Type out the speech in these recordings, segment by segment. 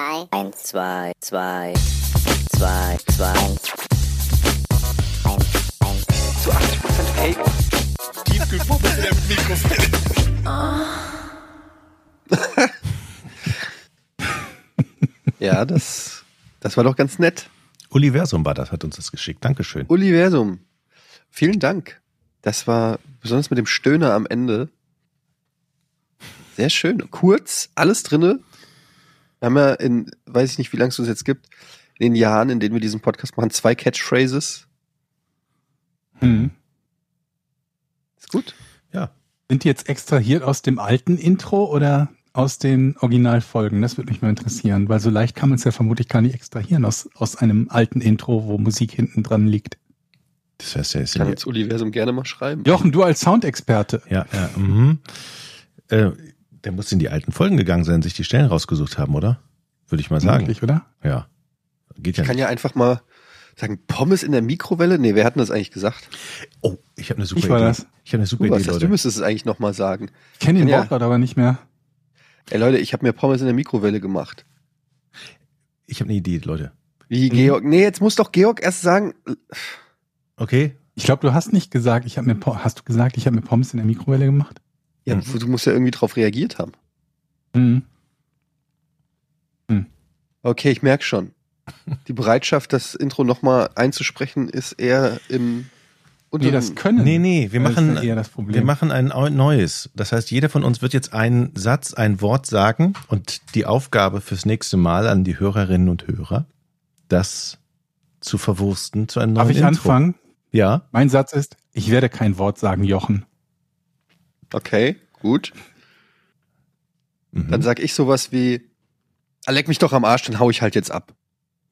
3, 1, 2, 2, 2, 2, 1, 1. Zu 80% Fake. Tiefkühlpommes in der Mikrofile. Ja, das war doch ganz nett. Universum war das, hat uns das geschickt. Dankeschön. Universum. Vielen Dank. Das war besonders mit dem Stöhner am Ende sehr schön. Kurz, alles drinne. Wir haben ja weiß ich nicht, wie lange es uns jetzt gibt, in den Jahren, in denen wir diesen Podcast machen, 2 Catchphrases. Ist gut. Ja. Sind die jetzt extrahiert aus dem alten Intro oder aus den Originalfolgen? Das würde mich mal interessieren, weil so leicht kann man es ja vermutlich gar nicht extrahieren aus einem alten Intro, wo Musik hinten dran liegt. Das heißt, ja, Ich kann ins Universum gerne mal schreiben. Jochen, du als Soundexperte. Ja. Der muss in die alten Folgen gegangen sein, sich die Stellen rausgesucht haben, oder? Würde ich mal sagen. Möglich, oder? Ja. Geht ja Ich kann ja einfach mal sagen, Pommes in der Mikrowelle? Nee, wer hat denn das eigentlich gesagt? Oh, ich habe eine super Ich war Idee. das. Ich habe eine super Du Idee, Leute. müsstest es eigentlich nochmal sagen. Ich kenne den Ja. Wortlaut aber nicht mehr. Ey Leute, ich habe mir Pommes in der Mikrowelle gemacht. Ich habe eine Idee, Leute. Wie Georg? Nee, jetzt muss doch Georg erst sagen. Okay? Ich glaube, du hast nicht gesagt, hast du gesagt, ich habe mir Pommes in der Mikrowelle gemacht? Ja, du musst ja irgendwie drauf reagiert haben. Mhm. Okay, ich merke schon. Die Bereitschaft, das Intro nochmal einzusprechen, ist eher im Nee, das können. Nee, wir Das machen, ist ja eher das Problem. wir machen ein neues. Das heißt, jeder von uns wird jetzt einen Satz, ein Wort sagen und die Aufgabe fürs nächste Mal an die Hörerinnen und Hörer, das zu verwursten zu einem neuen Darf ich Intro. anfangen? Ja. Mein Satz ist, ich werde kein Wort sagen, Jochen. Okay, gut. Dann sag ich sowas wie, leck mich doch am Arsch, dann hau ich halt jetzt ab.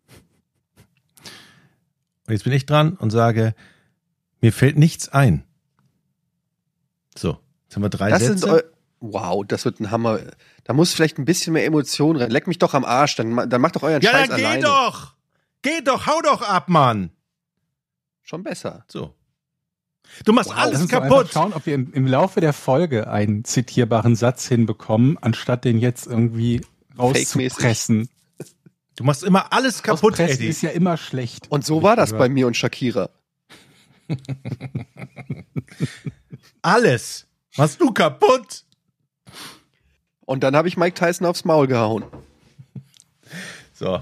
Und jetzt bin ich dran und sage, mir fällt nichts ein. So, jetzt haben wir 3 Das Sätze. Wow, das wird ein Hammer. Da muss vielleicht ein bisschen mehr Emotion rein. Leck mich doch am Arsch, dann macht doch euren Scheiß alleine. doch! Geh doch, hau doch ab, Mann! Schon besser. So. Du machst Lass alles uns doch kaputt! einfach schauen, ob wir im Laufe der Folge einen zitierbaren Satz hinbekommen, anstatt den jetzt irgendwie rauszupressen. Du machst immer alles kaputt, Auspressen Eddie. ist ja immer schlecht. Und so war das bei mir und Shakira. Alles machst du kaputt! Und dann habe ich Mike Tyson aufs Maul gehauen. So.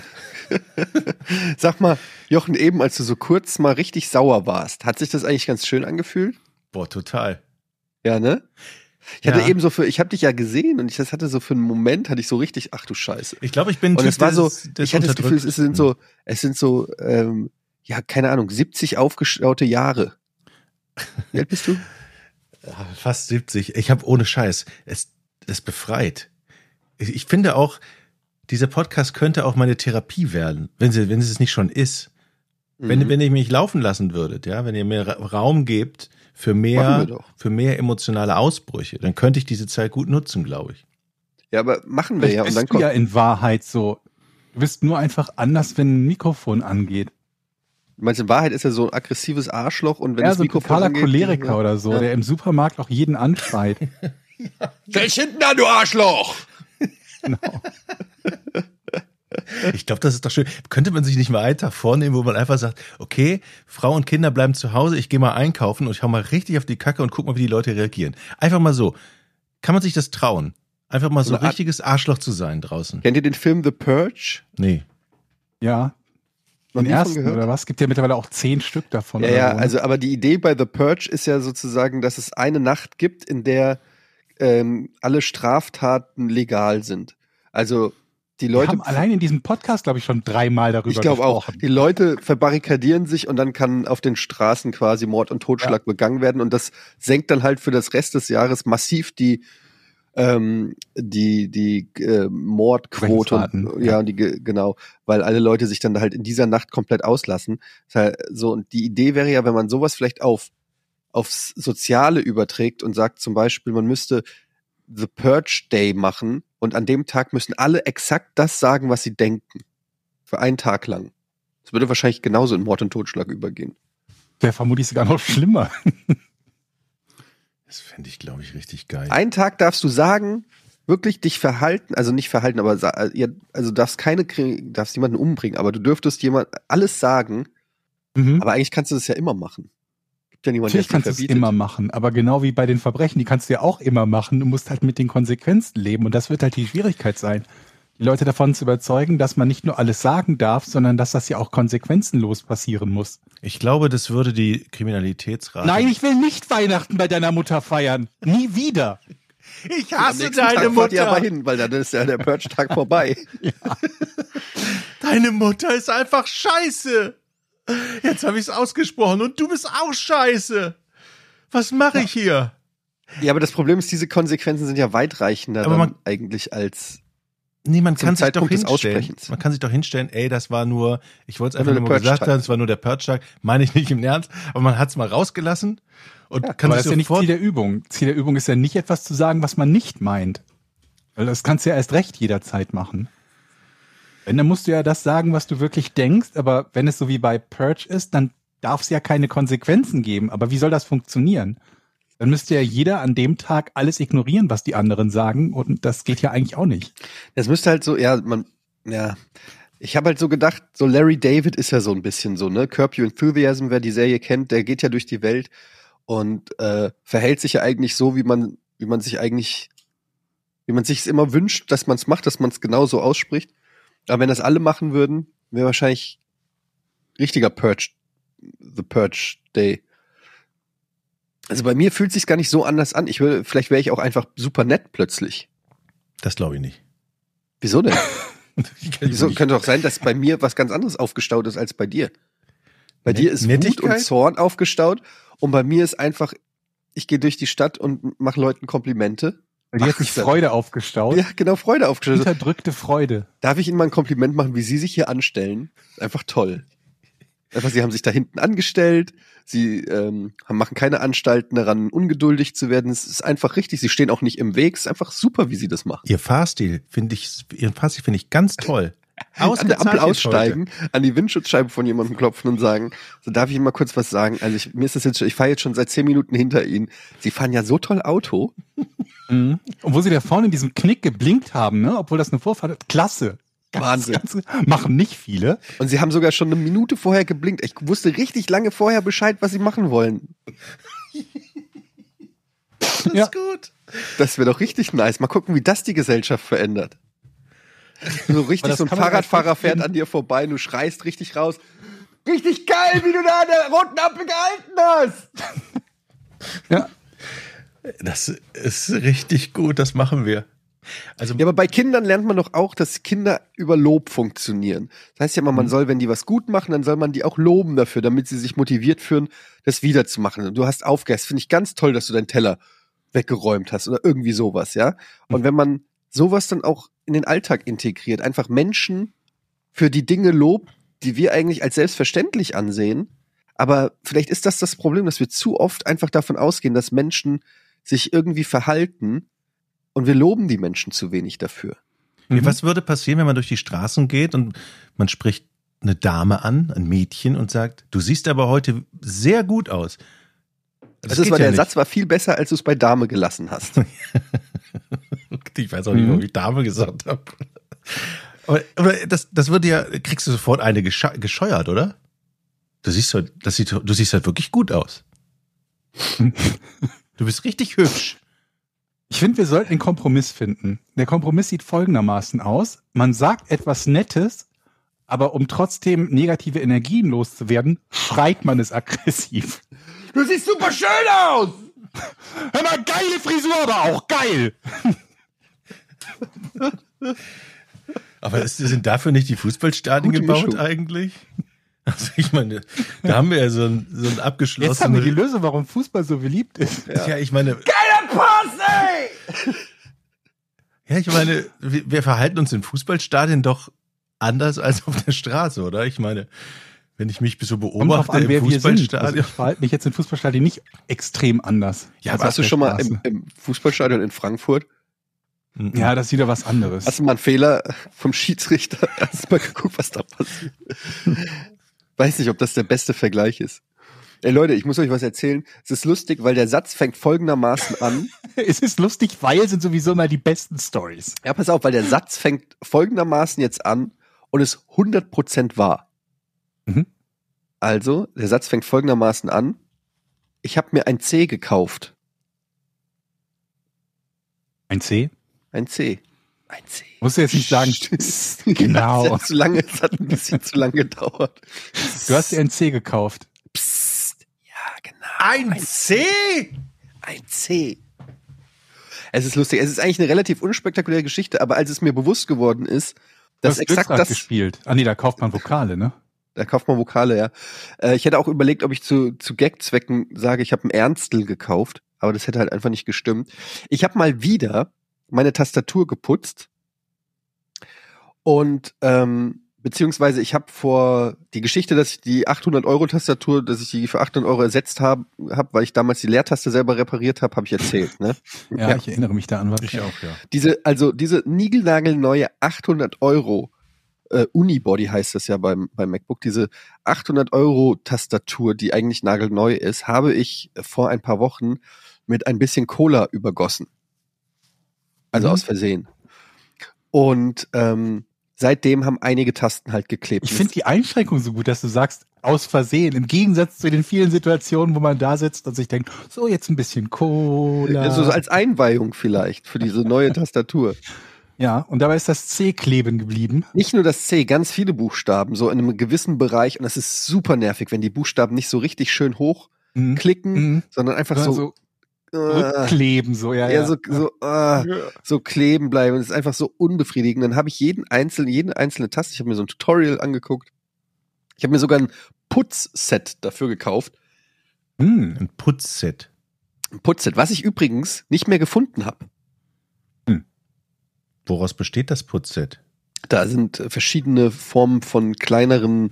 Sag mal, Jochen, eben als du so kurz mal richtig sauer warst, hat sich das eigentlich ganz schön angefühlt? Boah, total. Ja, ne? Ich hatte Ja. eben ich habe dich ja gesehen und das hatte so für einen Moment, hatte ich so richtig, ach du Scheiße. Ich glaube, ich bin ein Und Typ, es war so, des ich hatte das Gefühl, Unterdrückten. es sind so, ja, keine Ahnung, 70 aufgestaute Jahre. Wie alt bist du? Fast 70. Ich habe ohne Scheiß. Es befreit. Ich finde auch, dieser Podcast könnte auch meine Therapie werden, wenn es nicht schon ist. Wenn ihr mich laufen lassen würdet, ja, wenn ihr mir Raum gebt für Machen wir doch. mehr emotionale Ausbrüche, dann könnte ich diese Zeit gut nutzen, glaube ich. Ja, aber machen wir Vielleicht ja. Und bist dann du kommt, ja in Wahrheit so. Du bist nur einfach anders, wenn ein Mikrofon angeht. meinst du, in Wahrheit ist er so ein aggressives Arschloch und wenn Er das so ein Mikrofon totaler angeht, Choleriker ja. oder so, Ja. der im Supermarkt auch jeden anschreit. Stell dich hinten an, du Arschloch! Genau. Ich glaube, das ist doch schön. Könnte man sich nicht mal einen Tag vornehmen, wo man einfach sagt, okay, Frau und Kinder bleiben zu Hause, ich gehe mal einkaufen und ich hau mal richtig auf die Kacke und guck mal, wie die Leute reagieren. Einfach mal so. Kann man sich das trauen? Einfach mal so ein eine Art- richtiges Arschloch zu sein draußen. Kennt ihr den Film The Purge? Nee. Ja. Noch Den nie von ersten gehört? oder was? Gibt ja mittlerweile auch 10 Stück davon. Ja, oder ja, so, ne? also aber die Idee bei The Purge ist ja sozusagen, dass es eine Nacht gibt, in der alle Straftaten legal sind. Also die Wir Leute, haben allein in diesem Podcast, glaube ich, schon 3-mal darüber ich glaube auch, gesprochen. die Leute verbarrikadieren sich und dann kann auf den Straßen quasi Mord und Totschlag begangen werden und das senkt dann halt für das Rest des Jahres massiv die Mordquote Rechtsraten, und, ja, genau, weil alle Leute sich dann halt in dieser Nacht komplett auslassen. Das ist halt so, und die Idee wäre ja, wenn man sowas vielleicht aufs Soziale überträgt und sagt zum Beispiel, man müsste The Purge Day machen und an dem Tag müssen alle exakt das sagen, was sie denken. Für einen Tag lang. Das würde wahrscheinlich genauso in Mord und Totschlag übergehen. Wäre vermutlich sogar noch schlimmer. Das fände ich, glaube ich, richtig geil. Einen Tag darfst du sagen, wirklich dich verhalten, also nicht verhalten, aber also darfst jemanden umbringen, aber du dürftest alles sagen, aber eigentlich kannst du das ja immer machen. Gibt ja niemanden, Natürlich kannst du es immer machen, aber genau wie bei den Verbrechen, die kannst du ja auch immer machen. Du musst halt mit den Konsequenzen leben und das wird halt die Schwierigkeit sein, die Leute davon zu überzeugen, dass man nicht nur alles sagen darf, sondern dass das ja auch konsequenzenlos passieren muss. Ich glaube, das würde die Kriminalitätsrate... Nein, ich will nicht Weihnachten bei deiner Mutter feiern. Nie wieder. Ich hasse deine deine Mutter. Ja, Mutter. aber hin, weil dann ist ja der Purge-Tag vorbei. Deine Mutter ist einfach scheiße. Jetzt habe ich es ausgesprochen und du bist auch scheiße. Was mache ich hier? Ja, aber das Problem ist, diese Konsequenzen sind ja weitreichender Aber dann eigentlich als Nee, man zum kann sich doch Zeitpunkt des hinstellen. Aussprechens. Man kann sich doch hinstellen, ey, das war nur, ich wollte es einfach Nur nur der mal gesagt Purge-Tag. haben, es war nur der Purge-Tag, meine ich nicht im Ernst, aber man hat es mal rausgelassen und kann Aber das sich ist ja nicht sofort... Ziel der Übung. Ziel der Übung ist ja nicht etwas zu sagen, was man nicht meint. Weil das kannst du ja erst recht jederzeit machen. Wenn, dann musst du ja das sagen, was du wirklich denkst, aber wenn es so wie bei Purge ist, dann darf es ja keine Konsequenzen geben. Aber wie soll das funktionieren? Dann müsste ja jeder an dem Tag alles ignorieren, was die anderen sagen und das geht ja eigentlich auch nicht. Das müsste halt so, ich habe halt so gedacht, so Larry David ist ja so ein bisschen so, ne? Curb Your Enthusiasm, wer die Serie kennt, der geht ja durch die Welt und verhält sich ja eigentlich so, wie man sich es immer wünscht, dass man es macht, dass man es genauso ausspricht. Aber wenn das alle machen würden, wäre wahrscheinlich richtiger The Purge Day. Also bei mir fühlt es sich gar nicht so anders an. Vielleicht wäre ich auch einfach super nett plötzlich. Das glaube ich nicht. Wieso denn? Wieso? nicht. Könnte doch sein, dass bei mir was ganz anderes aufgestaut ist als bei dir. Bei dir ist Wut Nettigkeit? und Zorn aufgestaut und bei mir ist einfach, ich gehe durch die Stadt und mache Leuten Komplimente. Weil die hat sich Freude aufgestaut. Ja, genau, Freude aufgestellt. Unterdrückte Freude. Darf ich Ihnen mal ein Kompliment machen, wie Sie sich hier anstellen? Einfach toll. Einfach, Sie haben sich da hinten angestellt, Sie machen keine Anstalten daran, ungeduldig zu werden. Es ist einfach richtig, Sie stehen auch nicht im Weg. Es ist einfach super, wie Sie das machen. Ihren Fahrstil finde ich ganz toll. An der Ampel aussteigen, an die Windschutzscheibe von jemandem klopfen und sagen, so darf ich Ihnen mal kurz was sagen? Also ich fahre jetzt schon seit 10 Minuten hinter Ihnen. Sie fahren ja so toll Auto. Mhm. Und wo sie da vorne in diesem Knick geblinkt haben, ne, obwohl das eine Vorfahrt hat, klasse. Wahnsinn. Machen nicht viele. Und Sie haben sogar schon eine Minute vorher geblinkt. Ich wusste richtig lange vorher Bescheid, was Sie machen wollen. Das Ja. ist gut. Das wäre doch richtig nice. Mal gucken, wie das die Gesellschaft verändert. So richtig, das so ein kann man Fahrradfahrer halt fährt an dir vorbei und du schreist richtig raus. Richtig geil, wie du da an der roten Ampel gehalten hast. Ja. Das ist richtig gut, das machen wir. Also, Ja, aber bei Kindern lernt man doch auch, dass Kinder über Lob funktionieren. Das heißt ja immer, man soll, wenn die was gut machen, dann soll man die auch loben dafür, damit sie sich motiviert fühlen, das wiederzumachen. Und du hast aufgehört. Finde ich ganz toll, dass du deinen Teller weggeräumt hast oder irgendwie sowas, ja. Und wenn man sowas dann auch in den Alltag integriert, einfach Menschen für die Dinge lobt, die wir eigentlich als selbstverständlich ansehen, aber vielleicht ist das Problem, dass wir zu oft einfach davon ausgehen, dass Menschen sich irgendwie verhalten und wir loben die Menschen zu wenig dafür. Was würde passieren, wenn man durch die Straßen geht und man spricht eine Dame an, ein Mädchen und sagt, du siehst aber heute sehr gut aus. Also der Satz war viel besser, als du es bei Dame gelassen hast. Ich weiß auch nicht, ob ich Dame gesagt habe. Aber das würde ja, kriegst du sofort eine gescheuert, oder? Du siehst halt wirklich gut aus. Du bist richtig hübsch. Ich finde, wir sollten einen Kompromiss finden. Der Kompromiss sieht folgendermaßen aus. Man sagt etwas Nettes, aber um trotzdem negative Energien loszuwerden, schreit man es aggressiv. Du siehst super schön aus! Hör mal, geile Frisur, aber auch geil! Aber sind dafür nicht die Fußballstadien Gute gebaut Mischung. eigentlich? Also ich meine, da haben wir ja so ein Jetzt haben wir abgeschlossenes... die Lösung, warum Fußball so beliebt ist. Ja, ich meine... Geiler Pass, ey! Ja, ich meine, wir verhalten uns in Fußballstadien doch anders als auf der Straße, oder? Ich meine, wenn ich mich so Kommt drauf beobachte an, wer im wir sind. Also Fußballstadion... ich verhalte mich jetzt in Fußballstadien nicht extrem anders. Ja, als aber Warst du auf der schon mal Straße. im Fußballstadion in Frankfurt? Ja, das ist wieder was anderes. Hast du mal einen Fehler vom Schiedsrichter? Hast du mal geguckt, was da passiert? Weiß nicht, ob das der beste Vergleich ist. Ey Leute, ich muss euch was erzählen. Es ist lustig, weil der Satz fängt folgendermaßen an. Es ist lustig, weil sind sowieso immer die besten Stories. Ja, pass auf, weil der Satz fängt folgendermaßen jetzt an und ist 100% wahr. Mhm. Also, der Satz fängt folgendermaßen an. Ich habe mir ein C gekauft. Ein C? Ein C. Ein C. Musst du jetzt nicht sagen, genau. Das ist zu lange, es hat ein bisschen zu lange gedauert. Du hast dir ein C gekauft. Psst. Ja, genau. Ein C? Ein C. Es ist lustig. Es ist eigentlich eine relativ unspektakuläre Geschichte, aber als es mir bewusst geworden ist, Du dass hast exakt Glücksrad das, gespielt. Ah nee, da kauft man Vokale, ne? da kauft man Vokale, ja. Ich hätte auch überlegt, ob ich zu Gag-Zwecken sage, ich habe ein Ernstel gekauft, aber das hätte halt einfach nicht gestimmt. Ich habe mal wieder meine Tastatur geputzt und beziehungsweise ich habe vor die Geschichte, dass ich die 800-Euro-Tastatur, dass ich die für 800 Euro ersetzt habe, weil ich damals die Leertaste selber repariert habe, habe ich erzählt, ne? Ja, ich erinnere mich da an was. Ich auch, ja. Diese niegelnagelneue 800 Euro Unibody heißt das ja beim MacBook, diese 800 Euro Tastatur, die eigentlich nagelneu ist, habe ich vor ein paar Wochen mit ein bisschen Cola übergossen. Also aus Versehen. Und seitdem haben einige Tasten halt geklebt. Ich finde die Einschränkung so gut, dass du sagst, aus Versehen, im Gegensatz zu den vielen Situationen, wo man da sitzt und sich denkt, so jetzt ein bisschen Cola. Also so als Einweihung vielleicht für diese neue Tastatur. Ja, und dabei ist das C kleben geblieben. Nicht nur das C, ganz viele Buchstaben, so in einem gewissen Bereich. Und das ist super nervig, wenn die Buchstaben nicht so richtig schön hochklicken, sondern einfach so rückkleben, so, ja. so kleben bleiben. Das ist einfach so unbefriedigend. Dann habe ich jede einzelne Taste, ich habe mir so ein Tutorial angeguckt. Ich habe mir sogar ein Putzset dafür gekauft. Ein Putzset. Ein Putzset, was ich übrigens nicht mehr gefunden habe. Woraus besteht das Putzset? Da sind verschiedene Formen von kleineren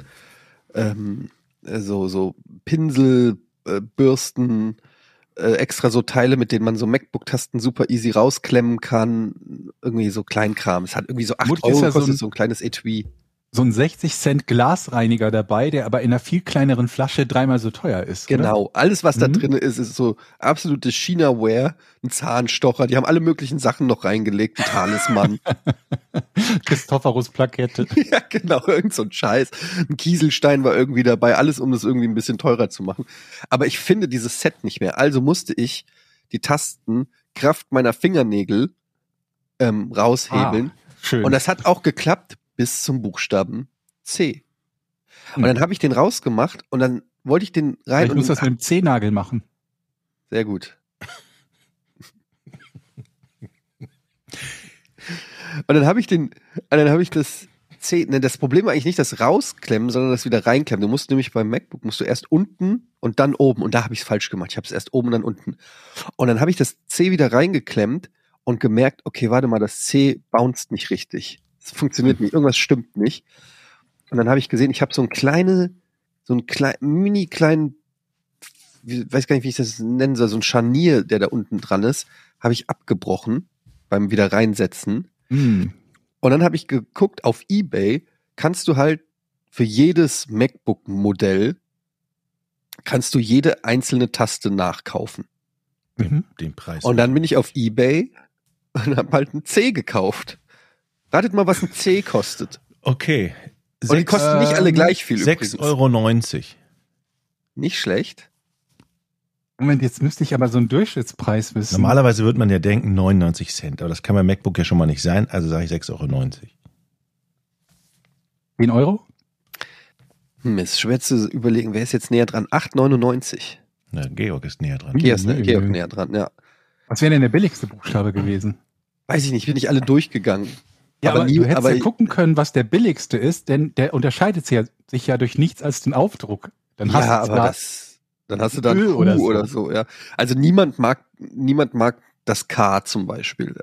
so Pinsel, Bürsten, extra so Teile, mit denen man so MacBook-Tasten super easy rausklemmen kann. Irgendwie so Kleinkram. Es hat irgendwie so 8 Vermutlich Euro ist ja gekostet, so ein kleines Etui. So ein 60 Cent Glasreiniger dabei, der aber in einer viel kleineren Flasche 3-mal so teuer ist. Genau. Oder? Alles, was da drin ist so absolutes China-Ware, ein Zahnstocher. Die haben alle möglichen Sachen noch reingelegt, ein Talisman. Christophorus-Plakette. Ja, genau, irgend so ein Scheiß. Ein Kieselstein war irgendwie dabei, alles, um das irgendwie ein bisschen teurer zu machen. Aber ich finde dieses Set nicht mehr. Also musste ich die Tasten Kraft meiner Fingernägel raushebeln. Schön. Und das hat auch geklappt bis zum Buchstaben C. Und dann habe ich den rausgemacht und dann wollte ich den rein. Ich muss das mit dem Zehennagel machen. Sehr gut. Und dann habe ich das C, das Problem war eigentlich nicht das Rausklemmen, sondern das wieder reinklemmen. Du musst nämlich beim MacBook erst unten und dann oben. Und da habe ich es falsch gemacht. Ich habe es erst oben und dann unten. Und dann habe ich das C wieder reingeklemmt und gemerkt, okay, warte mal, das C bounced nicht richtig. Es funktioniert nicht, irgendwas stimmt nicht. Und dann habe ich gesehen, ich habe so einen mini kleinen, weiß gar nicht, wie ich das nennen soll, so ein Scharnier, der da unten dran ist, habe ich abgebrochen beim wieder reinsetzen. Und dann habe ich geguckt, auf eBay kannst du halt für jedes MacBook-Modell kannst du jede einzelne Taste nachkaufen. Den Preis. Und dann bin ich auf eBay und habe halt ein C gekauft. Ratet mal, was ein C kostet. Okay. Und die kosten nicht alle gleich viel übrigens. 6,90 €. Nicht schlecht. Moment, jetzt müsste ich aber so einen Durchschnittspreis wissen. Normalerweise würde man ja denken 99 Cent, aber das kann beim MacBook ja schon mal nicht sein, also sage ich 6,90 €. 10 Euro? Ist schwer zu überlegen, wer ist jetzt näher dran? 8,99. Na, Georg ist näher dran. Georg näher dran, ja. Was wäre denn der billigste Buchstabe gewesen? Weiß ich nicht, bin ich alle durchgegangen. Ja, aber du hättest ja gucken können, was der billigste ist, denn der unterscheidet sich ja durch nichts als den Aufdruck. Dann hast du aber dann hast du da ein Q oder so, ja. Also niemand mag das K zum Beispiel.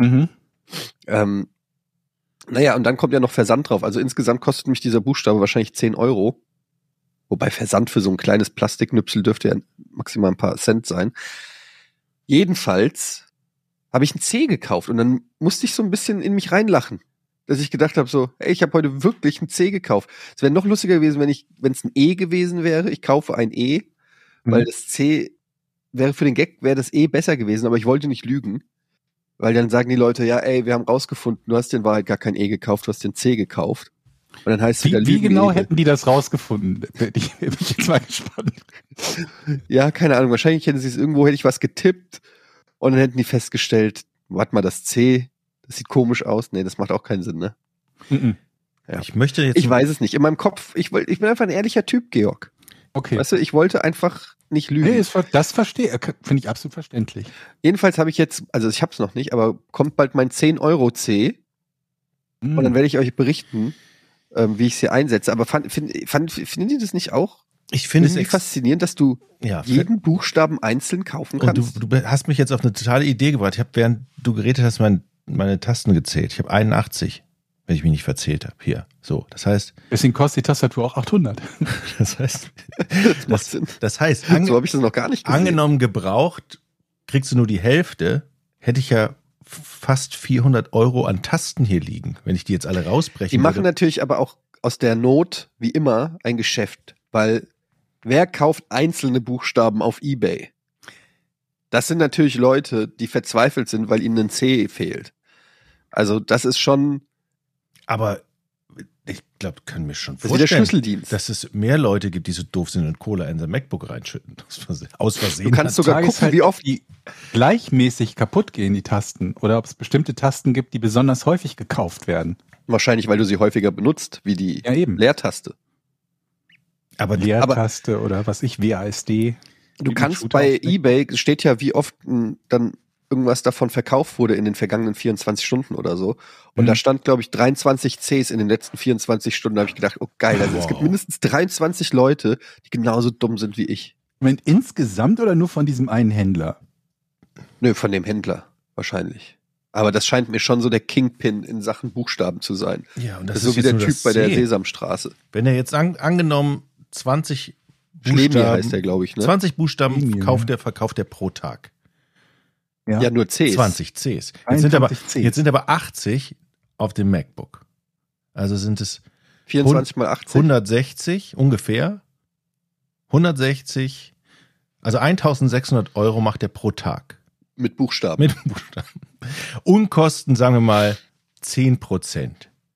Naja, und dann kommt ja noch Versand drauf. Also insgesamt kostet mich dieser Buchstabe wahrscheinlich 10 Euro. Wobei Versand für so ein kleines Plastiknüpsel dürfte ja maximal ein paar Cent sein. Jedenfalls habe ich ein C gekauft und dann musste ich so ein bisschen in mich reinlachen. Dass ich gedacht habe so, ey, ich habe heute wirklich ein C gekauft. Es wäre noch lustiger gewesen, wenn es ein E gewesen wäre. Ich kaufe ein E weil das C wäre für den Gag, wäre das E besser gewesen, aber ich wollte nicht lügen. Weil dann sagen die Leute, ja, ey, wir haben rausgefunden, du hast in Wahrheit gar kein E gekauft, du hast den C gekauft. Und dann heißt es wieder Wie genau Lügen-Ebel. hätten die das rausgefunden? Ich bin jetzt mal gespannt. Ja, keine Ahnung. Wahrscheinlich hätte ich was getippt und dann hätten die festgestellt, warte mal, das C, das sieht komisch aus. Nee, das macht auch keinen Sinn, ne? Ja. Ich möchte jetzt. Ich weiß es nicht. In meinem Kopf, ich bin einfach ein ehrlicher Typ, Georg. Okay. Weißt du, ich wollte einfach nicht lügen. Nee, das finde ich absolut verständlich. Jedenfalls habe ich jetzt, also ich habe es noch nicht, aber kommt bald mein 10-Euro-C und dann werde ich euch berichten, wie ich es hier einsetze. Aber findet ihr das nicht auch? Ich finde es faszinierend, dass du jeden Buchstaben einzeln kaufen kannst. Und du hast mich jetzt auf eine totale Idee gebracht. Ich habe, während du geredet hast, meine Tasten gezählt. Ich habe 81, wenn ich mich nicht verzählt habe. Hier, so. Das heißt. Deswegen kostet die Tastatur auch 800. Das heißt. Das macht Sinn. Das heißt, so habe ich das noch gar nicht gesehen. Angenommen gebraucht, kriegst du nur die Hälfte, hätte ich ja fast 400 € an Tasten hier liegen, wenn ich die jetzt alle rausbrechen Die machen würde. natürlich aber auch aus der Not, wie immer, ein Geschäft, weil wer kauft einzelne Buchstaben auf eBay? Das sind natürlich Leute, die verzweifelt sind, weil ihnen ein C fehlt. Also das ist schon... Aber ich glaube, können wir schon Das ist wie der vorstellen, Schlüsseldienst. dass es mehr Leute gibt, die so doof sind und Cola in sein MacBook reinschütten. Aus Versehen. Du kannst sogar Frage ist gucken, halt, wie oft... die gleichmäßig kaputt gehen, die Tasten. Oder ob es bestimmte Tasten gibt, die besonders häufig gekauft werden. Wahrscheinlich, weil du sie häufiger benutzt, wie die Leertaste. Aber Leertaste oder was ich, WASD. Du kannst bei eBay, es steht ja, wie oft dann irgendwas davon verkauft wurde in den vergangenen 24 Stunden oder so. Und da stand, glaube ich, 23 Cs in den letzten 24 Stunden. Da habe ich gedacht, oh geil, also es gibt mindestens 23 Leute, die genauso dumm sind wie ich. Moment, insgesamt oder nur von diesem einen Händler? Nö, von dem Händler wahrscheinlich. Aber das scheint mir schon so der Kingpin in Sachen Buchstaben zu sein. Ja, und das ist so wie der Typ bei der Sesamstraße. Wenn er jetzt angenommen 20 Schlemi Buchstaben, heißt der, glaube ich, ne? 20 Buchstaben Schlemi, verkauft er pro Tag. Ja, nur Cs. 20 Cs. 21 Cs. Jetzt sind aber 80 auf dem MacBook. Also sind es 24 mal 80. 160 ungefähr. 160, also 1.600 € macht er pro Tag. Mit Buchstaben. Mit Buchstaben. Unkosten, sagen wir mal, 10%.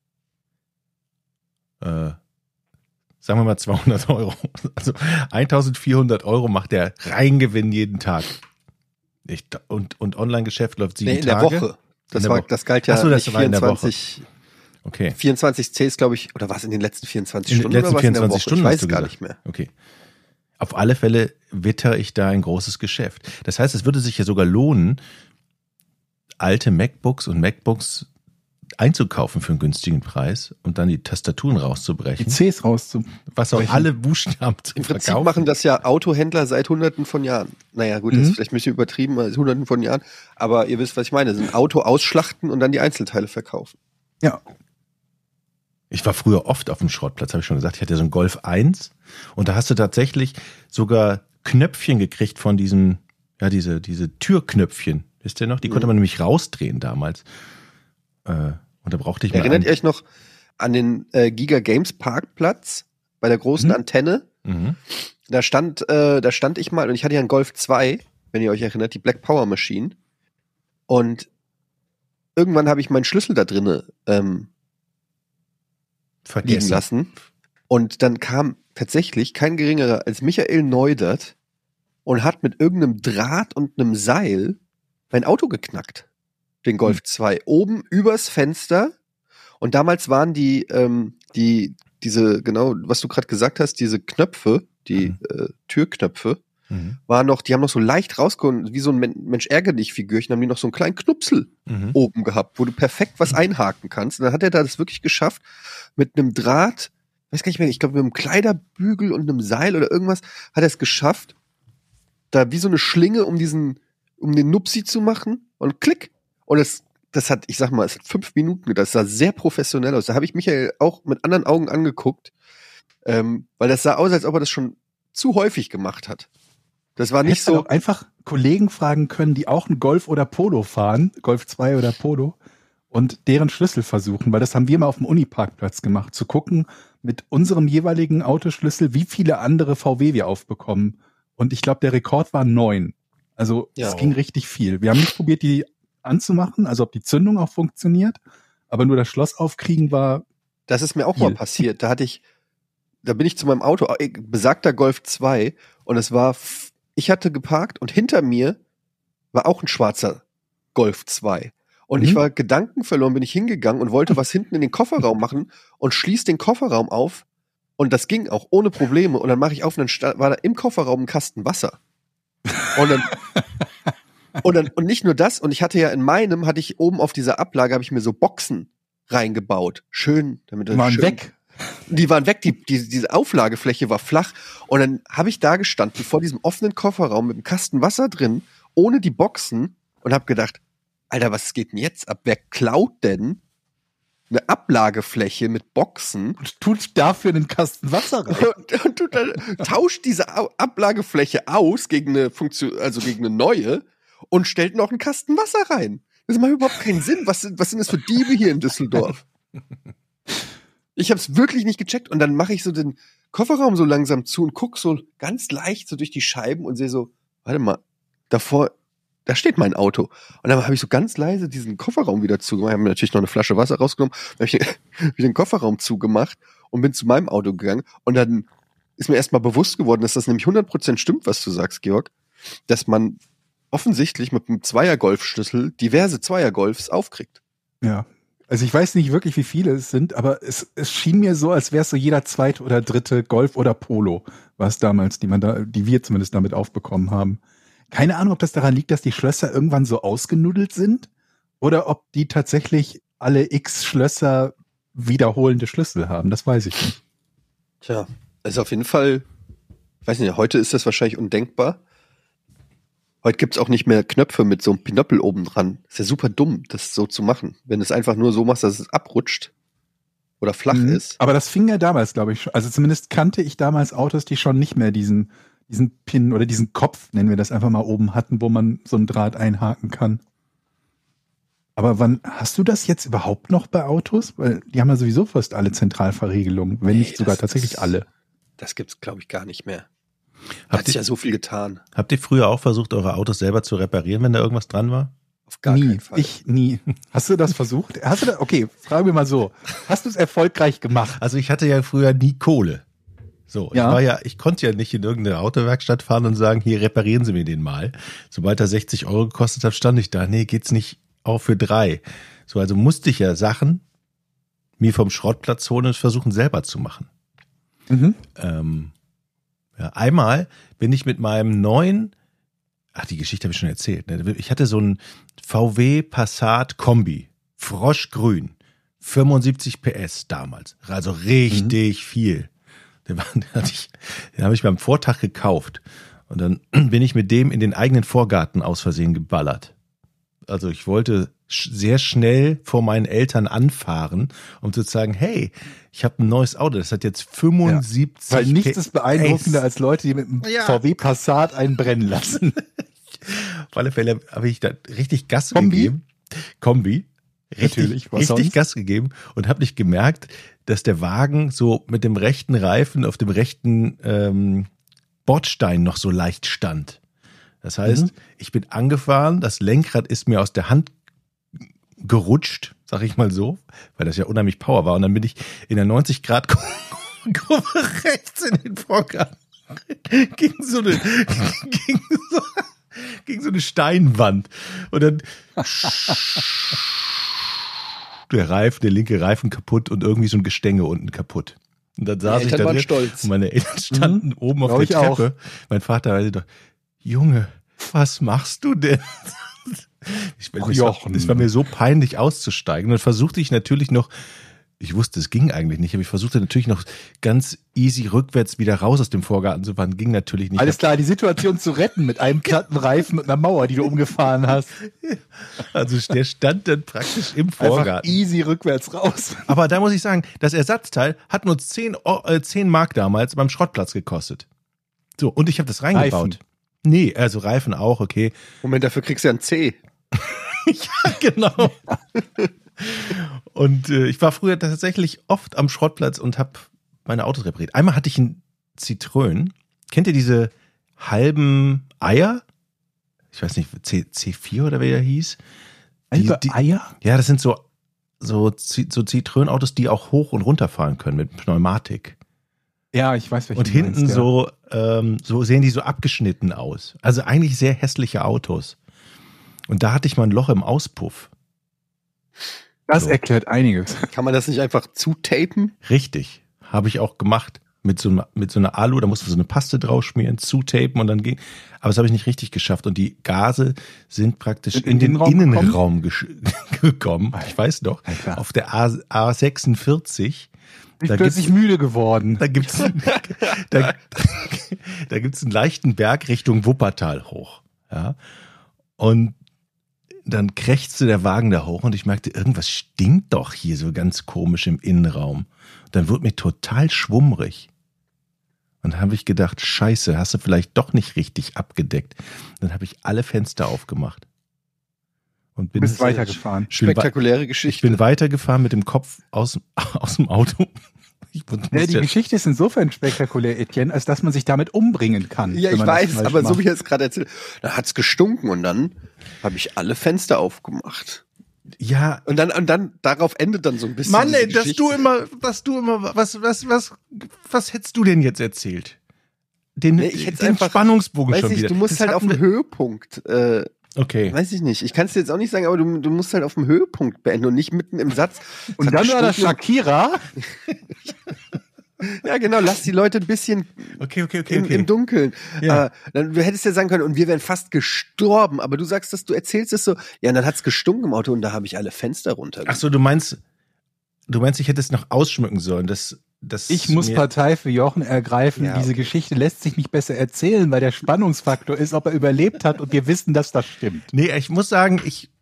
Sagen wir mal 200 €. Also 1.400 € macht der Reingewinn jeden Tag. Und Online-Geschäft läuft 7 in der Tage. Woche. Das galt ja Ach so, das nicht war in der 24. Okay. 24 Cs, glaube ich, oder was in den letzten 24 Stunden? In den letzten oder was 24 in der Woche? Stunden Ich weiß hast du gar gesagt. nicht mehr. Okay. Auf alle Fälle witter ich da ein großes Geschäft. Das heißt, es würde sich ja sogar lohnen, alte MacBooks und MacBooks einzukaufen für einen günstigen Preis und dann die Tastaturen rauszubrechen. Die Cs rauszubrechen. Was auch alle Buchstaben zu Im Prinzip verkaufen. machen das ja Autohändler seit Hunderten von Jahren. Naja, gut, das ist vielleicht ein bisschen übertrieben, seit Hunderten von Jahren. Aber ihr wisst, was ich meine. Das ist ein Auto ausschlachten und dann die Einzelteile verkaufen. Ja. Ich war früher oft auf dem Schrottplatz, habe ich schon gesagt. Ich hatte ja so einen Golf 1 und da hast du tatsächlich sogar Knöpfchen gekriegt von diesen, ja, diese Türknöpfchen. Wisst ihr noch? Die konnte man nämlich rausdrehen damals. Und da brauchte ich mal. Erinnert ihr euch noch an den Giga Games Parkplatz bei der großen Antenne? Mhm. Da stand ich mal und ich hatte ja einen Golf 2, wenn ihr euch erinnert, die Black Power Machine. Und irgendwann habe ich meinen Schlüssel da drinnen liegen lassen. Und dann kam tatsächlich kein geringerer als Michael Neudert und hat mit irgendeinem Draht und einem Seil mein Auto geknackt. Den Golf 2. Oben übers Fenster. Und damals waren diese, genau, was du gerade gesagt hast, diese Knöpfe, die Türknöpfe, waren noch, die haben noch so leicht rausgekommen, wie so ein Mensch ärger dich Figürchen, haben die noch so einen kleinen Knupsel oben gehabt, wo du perfekt was einhaken kannst. Und dann hat er da das wirklich geschafft, mit einem Draht, weiß gar nicht mehr, ich glaube mit einem Kleiderbügel und einem Seil oder irgendwas, hat er es geschafft, da wie so eine Schlinge um den Nupsi zu machen und klick. Und das hat, ich sag mal, es hat 5 Minuten gedauert. Das sah sehr professionell aus. Da habe ich Michael auch mit anderen Augen angeguckt, weil das sah aus, als ob er das schon zu häufig gemacht hat. Das war nicht so. Auch einfach Kollegen fragen können, die auch einen Golf oder Polo fahren, Golf 2 oder Polo, und deren Schlüssel versuchen, weil das haben wir mal auf dem Uniparkplatz gemacht, zu gucken mit unserem jeweiligen Autoschlüssel, wie viele andere VW wir aufbekommen. und ich glaube, der Rekord war 9. Also es ging richtig viel. Wir haben nicht probiert, die anzumachen, also ob die Zündung auch funktioniert, aber nur das Schloss aufkriegen war. Das ist mir auch mal passiert. Da bin ich zu meinem Auto, besagter Golf 2, und ich hatte geparkt und hinter mir war auch ein schwarzer Golf 2. Und ich war gedankenverloren, bin ich hingegangen und wollte was hinten in den Kofferraum machen und schließ den Kofferraum auf. Und das ging auch ohne Probleme. Und dann mache ich auf und dann war da im Kofferraum ein Kasten Wasser. Und nicht nur das, und ich hatte ich oben auf dieser Ablage, habe ich mir so Boxen reingebaut. Schön, damit das waren schön weg. Die waren weg, diese Auflagefläche war flach. Und dann habe ich da gestanden vor diesem offenen Kofferraum mit einem Kasten Wasser drin, ohne die Boxen, und habe gedacht, Alter, was geht denn jetzt ab? Wer klaut denn eine Ablagefläche mit Boxen und tut dafür einen Kasten Wasser rein? und tauscht diese Ablagefläche aus gegen eine Funktion, also gegen eine neue, und stellt noch einen Kasten Wasser rein. Das macht überhaupt keinen Sinn. Was sind das für Diebe hier in Düsseldorf? Ich habe es wirklich nicht gecheckt, und dann mache ich so den Kofferraum so langsam zu und guck so ganz leicht so durch die Scheiben und sehe so, warte mal, da steht mein Auto. Und dann habe ich so ganz leise diesen Kofferraum wieder zugemacht. Ich habe mir natürlich noch eine Flasche Wasser rausgenommen. Dann habe ich den Kofferraum zugemacht und bin zu meinem Auto gegangen. Und dann ist mir erstmal bewusst geworden, dass das nämlich 100% stimmt, was du sagst, Georg. Dass man offensichtlich mit einem Zweiergolfschlüssel diverse Zweiergolfs aufkriegt. Ja. Also ich weiß nicht wirklich, wie viele es sind, aber es schien mir so, als wäre es so jeder zweite oder dritte Golf oder Polo, was damals, die wir zumindest damit aufbekommen haben. Keine Ahnung, ob das daran liegt, dass die Schlösser irgendwann so ausgenuddelt sind oder ob die tatsächlich alle X Schlösser wiederholende Schlüssel haben. Das weiß ich nicht. Tja, also auf jeden Fall, weiß nicht, heute ist das wahrscheinlich undenkbar. Heute gibt's auch nicht mehr Knöpfe mit so einem Pinöppel oben dran. Ist ja super dumm, das so zu machen. Wenn du es einfach nur so machst, dass es abrutscht oder flach ist. Aber das fing ja damals, glaube ich, schon. Also zumindest kannte ich damals Autos, die schon nicht mehr diesen Pin oder diesen Kopf, nennen wir das einfach mal, oben hatten, wo man so einen Draht einhaken kann. Aber wann hast du das jetzt überhaupt noch bei Autos? Weil die haben ja sowieso fast alle Zentralverriegelungen, wenn nicht sogar tatsächlich alle. Das gibt's, glaube ich, gar nicht mehr. Hat sich ja so viel getan. Habt ihr früher auch versucht, eure Autos selber zu reparieren, wenn da irgendwas dran war? Auf gar keinen Fall. Ich nie. Hast du das versucht? Okay, fragen wir mal so. Hast du es erfolgreich gemacht? Also ich hatte ja früher nie Kohle. So, ja. Ich konnte ja nicht in irgendeine Autowerkstatt fahren und sagen, hier reparieren Sie mir den mal. Sobald er 60 € gekostet hat, stand ich da, nee, geht's nicht auch für 3. So, also musste ich ja Sachen mir vom Schrottplatz holen und versuchen selber zu machen. Einmal bin ich mit meinem neuen, die Geschichte habe ich schon erzählt, ne? Ich hatte so einen VW Passat Kombi, Froschgrün, 75 PS damals, also richtig viel. Den habe ich beim Vortag gekauft und dann bin ich mit dem in den eigenen Vorgarten aus Versehen geballert. Also ich wollte sehr schnell vor meinen Eltern anfahren, um zu sagen, hey, ich habe ein neues Auto, das hat jetzt 75 PS. Weil nichts ist beeindruckender als Leute, die mit einem VW Passat einen brennen lassen. Auf alle Fälle habe ich da richtig Gas gegeben. Kombi. Richtig Gas gegeben und habe nicht gemerkt, dass der Wagen so mit dem rechten Reifen auf dem rechten Bordstein noch so leicht stand. Das heißt, ich bin angefahren, das Lenkrad ist mir aus der Hand gerutscht, sag ich mal so, weil das ja unheimlich Power war. Und dann bin ich in der 90-Grad-Kurve rechts in den Vorgarten gegen so eine Steinwand. Und dann der linke Reifen kaputt und irgendwie so ein Gestänge unten kaputt. Und dann saß ich da drin und meine Eltern standen oben auf der Treppe. Auch. Mein Vater meinte, Junge, was machst du denn? Es war mir so peinlich auszusteigen. Und dann versuchte ich natürlich noch, ich wusste, es ging eigentlich nicht, aber ich versuchte natürlich noch ganz easy rückwärts wieder raus aus dem Vorgarten zu fahren. Ging natürlich nicht. Alles klar, die Situation zu retten mit einem platten Reifen und einer Mauer, die du umgefahren hast. Also der stand dann praktisch im Vorgarten. Einfach easy rückwärts raus. Aber da muss ich sagen, das Ersatzteil hat nur 10 Mark damals beim Schrottplatz gekostet. So, und ich habe das reingebaut. Reifen. Nee, also Reifen auch, okay. Moment, dafür kriegst du ja ein C. Ja, genau. Und ich war früher tatsächlich oft am Schrottplatz und habe meine Autos repariert. Einmal hatte ich einen Citroën. Kennt ihr diese halben Eier. Ich weiß nicht, C4 oder wie er hieß. Halbe Eier? Ja, das sind so Citroën-Autos, die auch hoch und runter fahren können mit Pneumatik. Ja, ich weiß, welche Und du hinten meinst, ja. so sehen die so abgeschnitten aus. Also eigentlich sehr hässliche Autos. Und da hatte ich mal ein Loch im Auspuff. Das So. erklärt einiges. Kann man das nicht einfach zutapen? Richtig, habe ich auch gemacht. Mit so einer Alu, da musste man so eine Paste drauf schmieren, zutapen und dann ging. Aber das habe ich nicht richtig geschafft. Und die Gase sind praktisch in den Innenraum gekommen. Ich weiß noch, Ja, auf der A46. Ich bin Da plötzlich gibt's- müde geworden. Da gibt's da gibt's einen leichten Berg Richtung Wuppertal hoch. Ja. Und dann krächzte der Wagen da hoch und ich merkte, irgendwas stinkt doch hier so ganz komisch im Innenraum. Dann wurde mir total schwummrig. Und dann habe ich gedacht, scheiße, hast du vielleicht doch nicht richtig abgedeckt. Dann habe ich alle Fenster aufgemacht. Und Du bist weitergefahren. Spektakuläre Ich Geschichte. bin weitergefahren mit dem Kopf aus dem Auto. Ich Ja, die Geschichte ist insofern spektakulär, Etienne, als dass man sich damit umbringen kann. Ja, wenn ich man das weiß, falsch aber so macht. wie er es gerade erzählt, da hat's gestunken und dann habe ich alle Fenster aufgemacht. Ja, Und dann darauf endet dann so ein bisschen. Mann, diese ey, dass Geschichte. du immer, was hättest du denn jetzt erzählt? Den Nee, ich hätt's den einfach- Spannungsbogen Weiß schon nicht, wieder. du musst Das halt auf hatten dem Höhepunkt, Okay. weiß ich nicht. Ich kann es dir jetzt auch nicht sagen, aber du musst halt auf dem Höhepunkt beenden und nicht mitten im Satz. Und dann war das Shakira. Ja, genau, lass die Leute ein bisschen Okay. im Dunkeln. Ja. Dann du hättest ja sagen können, und wir wären fast gestorben, aber du sagst das, du erzählst es so, ja, und dann hat's gestunken im Auto und da habe ich alle Fenster runter. Ach so, du meinst, ich hätte es noch ausschmücken sollen. Das Ich muss mir- Partei für Jochen ergreifen. Ja. Diese Geschichte lässt sich nicht besser erzählen, weil der Spannungsfaktor ist, ob er überlebt hat und wir wissen, dass das stimmt. Nee, ich muss sagen,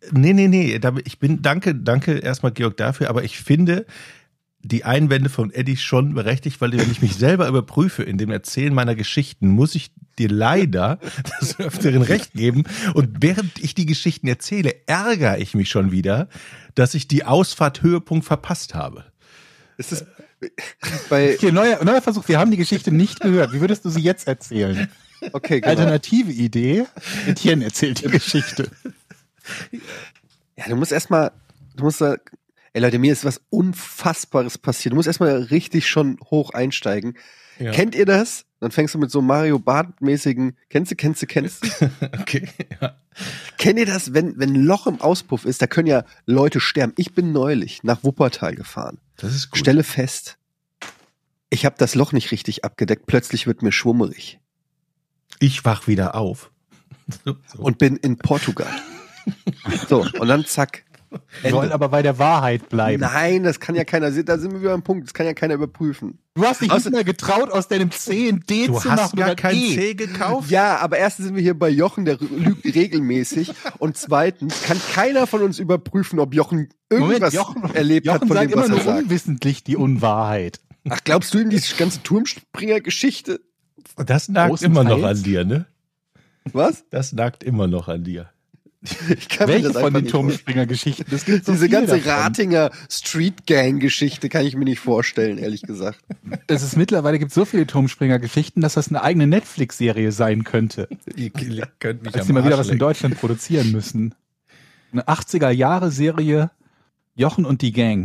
danke erstmal Georg dafür, aber ich finde die Einwände von Eddie schon berechtigt, weil wenn ich mich selber überprüfe in dem Erzählen meiner Geschichten, muss ich dir leider des Öfteren recht geben. Und während ich die Geschichten erzähle, ärgere ich mich schon wieder, dass ich die Ausfahrt-Höhepunkt verpasst habe. Es ist bei, Okay, neuer Versuch. Wir haben die Geschichte nicht gehört. Wie würdest du sie jetzt erzählen? okay, genau. Alternative Idee. Etienne erzählt die Geschichte. Ja, du musst da, ey Leute, mir ist was Unfassbares passiert. Du musst erstmal richtig schon hoch einsteigen. Ja. Kennt ihr das? Dann fängst du mit so Mario Bart-mäßigen, kennst du? Okay, ja. Kennt ihr das, wenn ein Loch im Auspuff ist, da können ja Leute sterben. Ich bin neulich nach Wuppertal gefahren. Das ist gut. Stelle fest, ich habe das Loch nicht richtig abgedeckt. Plötzlich wird mir schwummerig. Ich wach wieder auf. So. Und bin in Portugal. So, und dann zack. Wir wollen Ende. aber bei der Wahrheit bleiben. Nein, das kann ja keiner sehen. Da sind wir wieder am Punkt. Das kann ja keiner überprüfen. Du hast dich Außer- nicht mehr getraut, aus deinem C ein D Du zu hast machen gar oder kein E. C gekauft? Ja, aber erstens sind wir hier bei Jochen, der lügt regelmäßig. Und zweitens kann keiner von uns überprüfen, ob Jochen irgendwas erlebt hat Jochen von sagt dem, was immer er nur sagt. unwissentlich die Unwahrheit. Ach, glaubst du ihm diese ganze Turmspringer-Geschichte? Das nagt Großenteils? immer noch an dir, ne? Was? Das nagt immer noch an dir. Ich kann mir Welche das von einfach den nicht vorstellen. Turmspringer-Geschichten? Das gibt so Diese viele ganze davon. Ratinger Street Gang-Geschichte kann ich mir nicht vorstellen, ehrlich gesagt. Es ist mittlerweile gibt so viele Turmspringer-Geschichten, dass das eine eigene Netflix-Serie sein könnte. Ihr könnt mich Als am sie mal wieder Arsch was in lecken. Deutschland produzieren müssen. Eine 80er-Jahre-Serie Jochen und die Gang.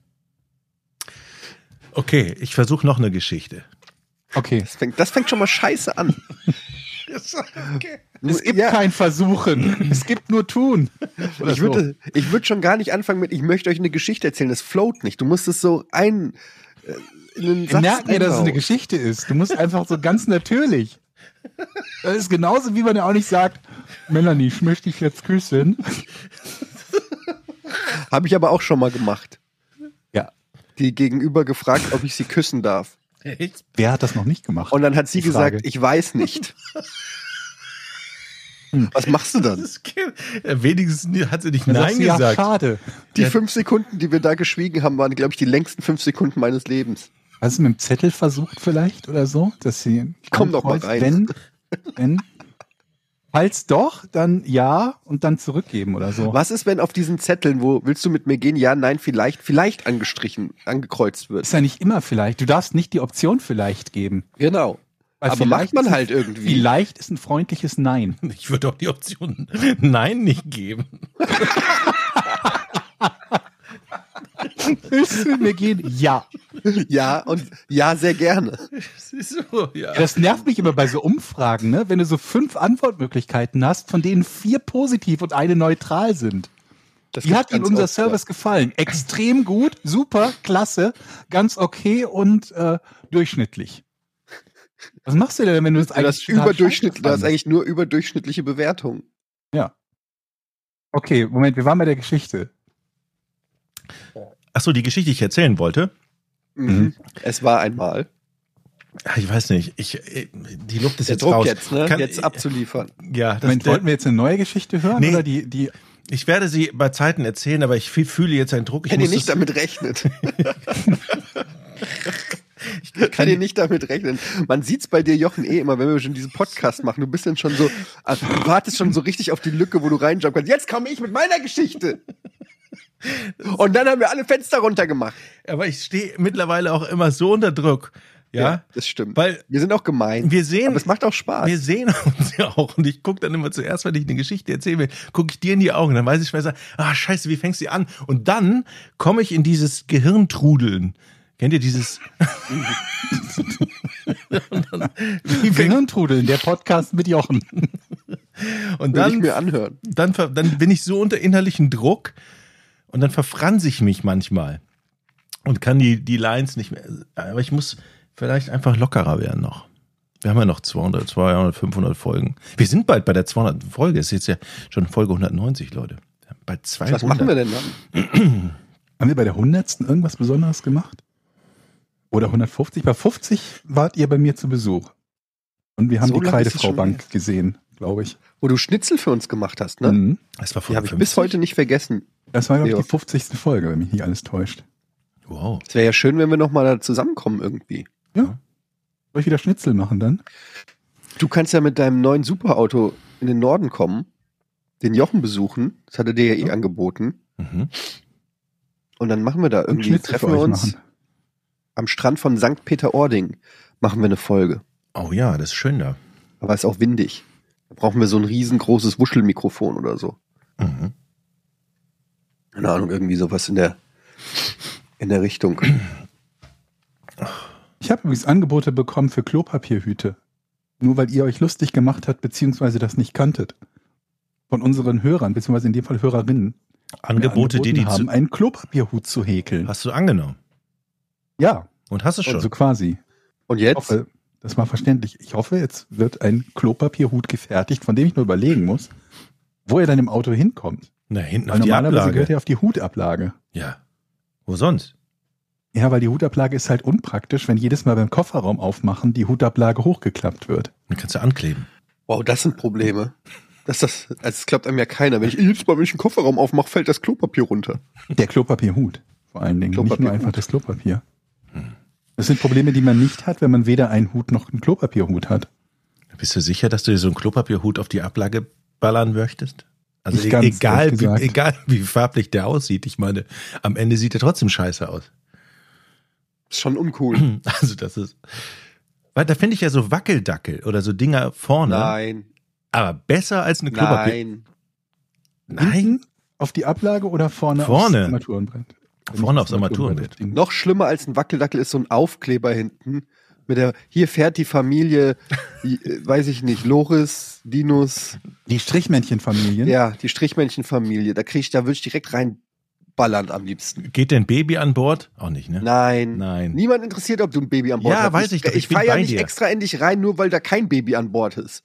Okay, ich versuche noch eine Geschichte. Okay. Das fängt schon mal scheiße an. Es gibt Ja. kein Versuchen. Es gibt nur Tun. Oder Ich würde schon gar nicht anfangen mit, ich möchte euch eine Geschichte erzählen. Das float nicht. Du musst es so in einen so. Satz Merkt mir, dass es eine einbauen. Geschichte ist. Du musst einfach so ganz natürlich. Das ist genauso, wie man ja auch nicht sagt, Melanie, ich möchte dich jetzt küssen. Habe ich aber auch schon mal gemacht. Ja. Die Gegenüber gefragt, ob ich sie küssen darf. Echt? Wer hat das noch nicht gemacht? Und dann hat sie Die Frage. gesagt, ich weiß nicht. Was machst du dann? Wenigstens hat sie nicht Dann Nein sagst du, ja, gesagt. schade. Die 5 Sekunden, die wir da geschwiegen haben, waren, glaube ich, die längsten 5 Sekunden meines Lebens. Hast du mit dem Zettel versucht vielleicht oder so? Dass sie Komm doch mal ankreuzt, rein. Wenn. Falls doch, dann ja und dann zurückgeben oder so. Was ist, wenn auf diesen Zetteln, wo willst du mit mir gehen? Ja, nein, vielleicht angekreuzt wird? Ist ja nicht immer vielleicht. Du darfst nicht die Option vielleicht geben. Genau. Weil Aber macht vielleicht man ist halt ein- irgendwie. Vielleicht ist ein freundliches Nein. Ich würde auch die Option Nein nicht geben. Willst du mit mir gehen? Ja. Ja, und ja, sehr gerne. Das ist so, ja. Das nervt mich immer bei so Umfragen, ne? Wenn du so 5 Antwortmöglichkeiten hast, von denen 4 positiv und eine neutral sind. Das Wie gibt's hat Ihnen ganz unser oft, Service gefallen? Extrem gut, super, klasse, ganz okay und durchschnittlich. Was machst du denn, wenn du das Ja, das total überdurchschnittlich, scheiße das ist fandest? eigentlich nur überdurchschnittliche Bewertung. Ja. Okay, Moment, wir waren bei der Geschichte. Ach so, die Geschichte, die ich erzählen wollte. Mhm. Es war einmal. Ich weiß nicht, die Luft ist Der jetzt Druck raus. jetzt, ne? Kann- Jetzt abzuliefern. Ja, das, Moment, wollten wir jetzt eine neue Geschichte hören? Nee. Oder die ich werde sie bei Zeiten erzählen, aber ich fühle jetzt einen Druck. Ich Wenn ihr muss nicht das- damit rechnet. Kann ihr nicht damit rechnen. Man sieht's bei dir, Jochen, immer, wenn wir schon diesen Podcast machen. Du bist dann schon so, du wartest schon so richtig auf die Lücke, wo du reinjumpen kannst. Jetzt komme ich mit meiner Geschichte. Und dann haben wir alle Fenster runtergemacht. aber ich stehe mittlerweile auch immer so unter Druck. Ja, das stimmt. weil Wir sind auch gemein. wir sehen, aber es macht auch Spaß. wir sehen uns ja auch und ich gucke dann immer zuerst, wenn ich eine Geschichte erzählen will, gucke ich dir in die Augen, dann weiß ich besser, scheiße, wie fängst du an? Und dann komme ich in dieses Gehirntrudeln. Kennt ihr dieses? Und dann, wie fängt, Gehirntrudeln, der Podcast mit Jochen. und Will ich dann, mir anhören. dann bin ich so unter innerlichen Druck und dann verfranse ich mich manchmal und kann die Lines nicht mehr. Aber ich muss vielleicht einfach lockerer werden noch. Wir haben ja noch 200, 500 Folgen. Wir sind bald bei der 200. Folge. Es ist jetzt ja schon Folge 190, Leute. Bald 200. Was machen wir denn dann? Haben wir bei der 100. irgendwas Besonderes gemacht? Oder 150? Bei 50 wart ihr bei mir zu Besuch. Und wir haben So die lange ist es schon Kreidefrau-Bank gesehen, glaube ich. Wo du Schnitzel für uns gemacht hast, ne? Mhm. Das war Die von habe ich bis heute nicht vergessen. Das war, glaube ich, Ja. die 50. Folge, wenn mich nicht alles täuscht. Wow. Es wäre ja schön, wenn wir noch mal da zusammenkommen irgendwie. Ja. Soll ich wieder Schnitzel machen dann? Du kannst ja mit deinem neuen Superauto in den Norden kommen, den Jochen besuchen. Das hat er dir ja eh angeboten. Mhm. Und dann machen wir da Und irgendwie, Schnitzel treffen für wir euch uns machen. am Strand von St. Peter-Ording. Machen wir eine Folge. Oh ja, das ist schön da. Aber es ist auch windig. Da brauchen wir so ein riesengroßes Wuschelmikrofon oder so. Mhm. Keine Ahnung, irgendwie sowas in der Richtung. Ich habe übrigens Angebote bekommen für Klopapierhüte. Nur weil ihr euch lustig gemacht habt, beziehungsweise das nicht kanntet. Von unseren Hörern, beziehungsweise in dem Fall Hörerinnen. Angebote, mir die angeboten haben, zu, einen Klopapierhut zu häkeln. hast du angenommen. Ja, Und hast es schon. also quasi. Und Ich jetzt? hoffe, das war verständlich. Ich hoffe, jetzt wird ein Klopapierhut gefertigt, von dem ich nur überlegen muss, wo er dann im Auto hinkommt. Na, hinten Weil auf die normalerweise Ablage. gehört er auf die Hutablage. Ja. Wo sonst? Ja, weil die Hutablage ist halt unpraktisch, wenn jedes Mal beim Kofferraum aufmachen die Hutablage hochgeklappt wird. Dann kannst du ankleben. Wow, das sind Probleme. Also es klappt einem ja keiner. Wenn ich jedes Mal, wenn ich einen Kofferraum aufmache, fällt das Klopapier runter. Der Klopapierhut vor allen Dingen, nicht nur Klopapierhut. einfach das Klopapier. Das sind Probleme, die man nicht hat, wenn man weder einen Hut noch einen Klopapierhut hat. Bist du sicher, dass du dir so einen Klopapierhut auf die Ablage ballern möchtest? Also Nicht ganz, ehrlich gesagt. egal wie farblich der aussieht. Ich meine, am Ende sieht er trotzdem scheiße aus. Ist schon uncool. Also das ist, weil da finde ich ja so Wackeldackel oder so Dinger vorne. Nein, Aber besser als eine Klopapier. nein. Nein. Hinten auf die Ablage oder vorne, Vorne. aufs Armaturenbrett? Vorne aufs Armaturenbrett. Noch schlimmer als ein Wackeldackel ist so ein Aufkleber hinten. Mit der, hier fährt die Familie, weiß ich nicht, Loris, Dinus, Die Strichmännchenfamilien. ja, die Strichmännchenfamilie. Da würde ich direkt reinballern am liebsten. Geht denn Baby an Bord? Auch nicht, ne? Nein. Nein. Niemand interessiert, ob du ein Baby an Bord Ja, hast. weiß ich doch, ich Ich bin fahre ja bei nicht dir. extra in dich rein, nur weil da kein Baby an Bord ist.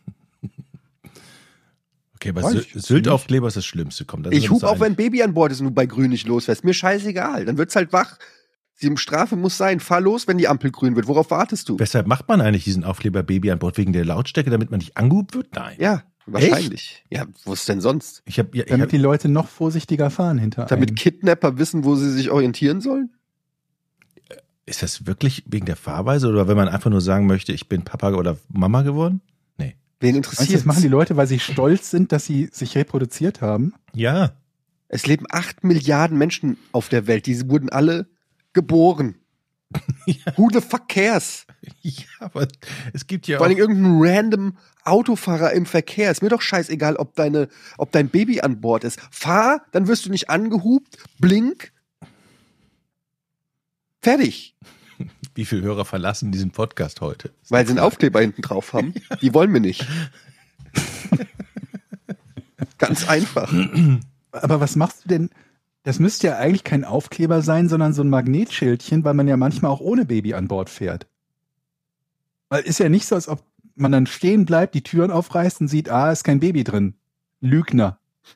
Okay, aber Weiß ich jetzt Sylt-Aufkleber ist das Schlimmste. Komm, da sind Ich wir uns hub auch, einig. wenn ein Baby an Bord ist und du bei grün nicht losfährst. Mir scheißegal. Dann wird's halt wach. Die Strafe muss sein. Fahr los, wenn die Ampel grün wird. Worauf wartest du? Weshalb macht man eigentlich diesen Aufkleber Baby an Bord? Wegen der Lautstärke, damit man nicht angehupt wird? Nein. Ja, wahrscheinlich. Ja, wo ist denn sonst? Ich hab, Damit die Leute noch vorsichtiger fahren hinter Damit einem. Kidnapper wissen, wo sie sich orientieren sollen? ist das wirklich wegen der Fahrweise oder wenn man einfach nur sagen möchte, ich bin Papa oder Mama geworden? Nee. Wen Meinst du, interessiert das machen die Leute, weil sie stolz sind, dass sie sich reproduziert haben? Ja. Es leben 8 Milliarden Menschen auf der Welt. Die wurden alle geboren. Who the fuck cares? Ja, aber es gibt ja Vor auch... allem irgendein random Autofahrer im Verkehr. Ist mir doch scheißegal, ob dein Baby an Bord ist. Fahr, dann wirst du nicht angehupt, blink. Fertig. Wie viele Hörer verlassen diesen Podcast heute? Weil sie einen Aufkleber hinten drauf haben. Die wollen wir nicht. Ganz einfach. Aber was machst du denn? Das müsste ja eigentlich kein Aufkleber sein, sondern so ein Magnetschildchen, weil man ja manchmal auch ohne Baby an Bord fährt. Weil ist ja nicht so, als ob man dann stehen bleibt, die Türen aufreißt und sieht, ist kein Baby drin. Lügner.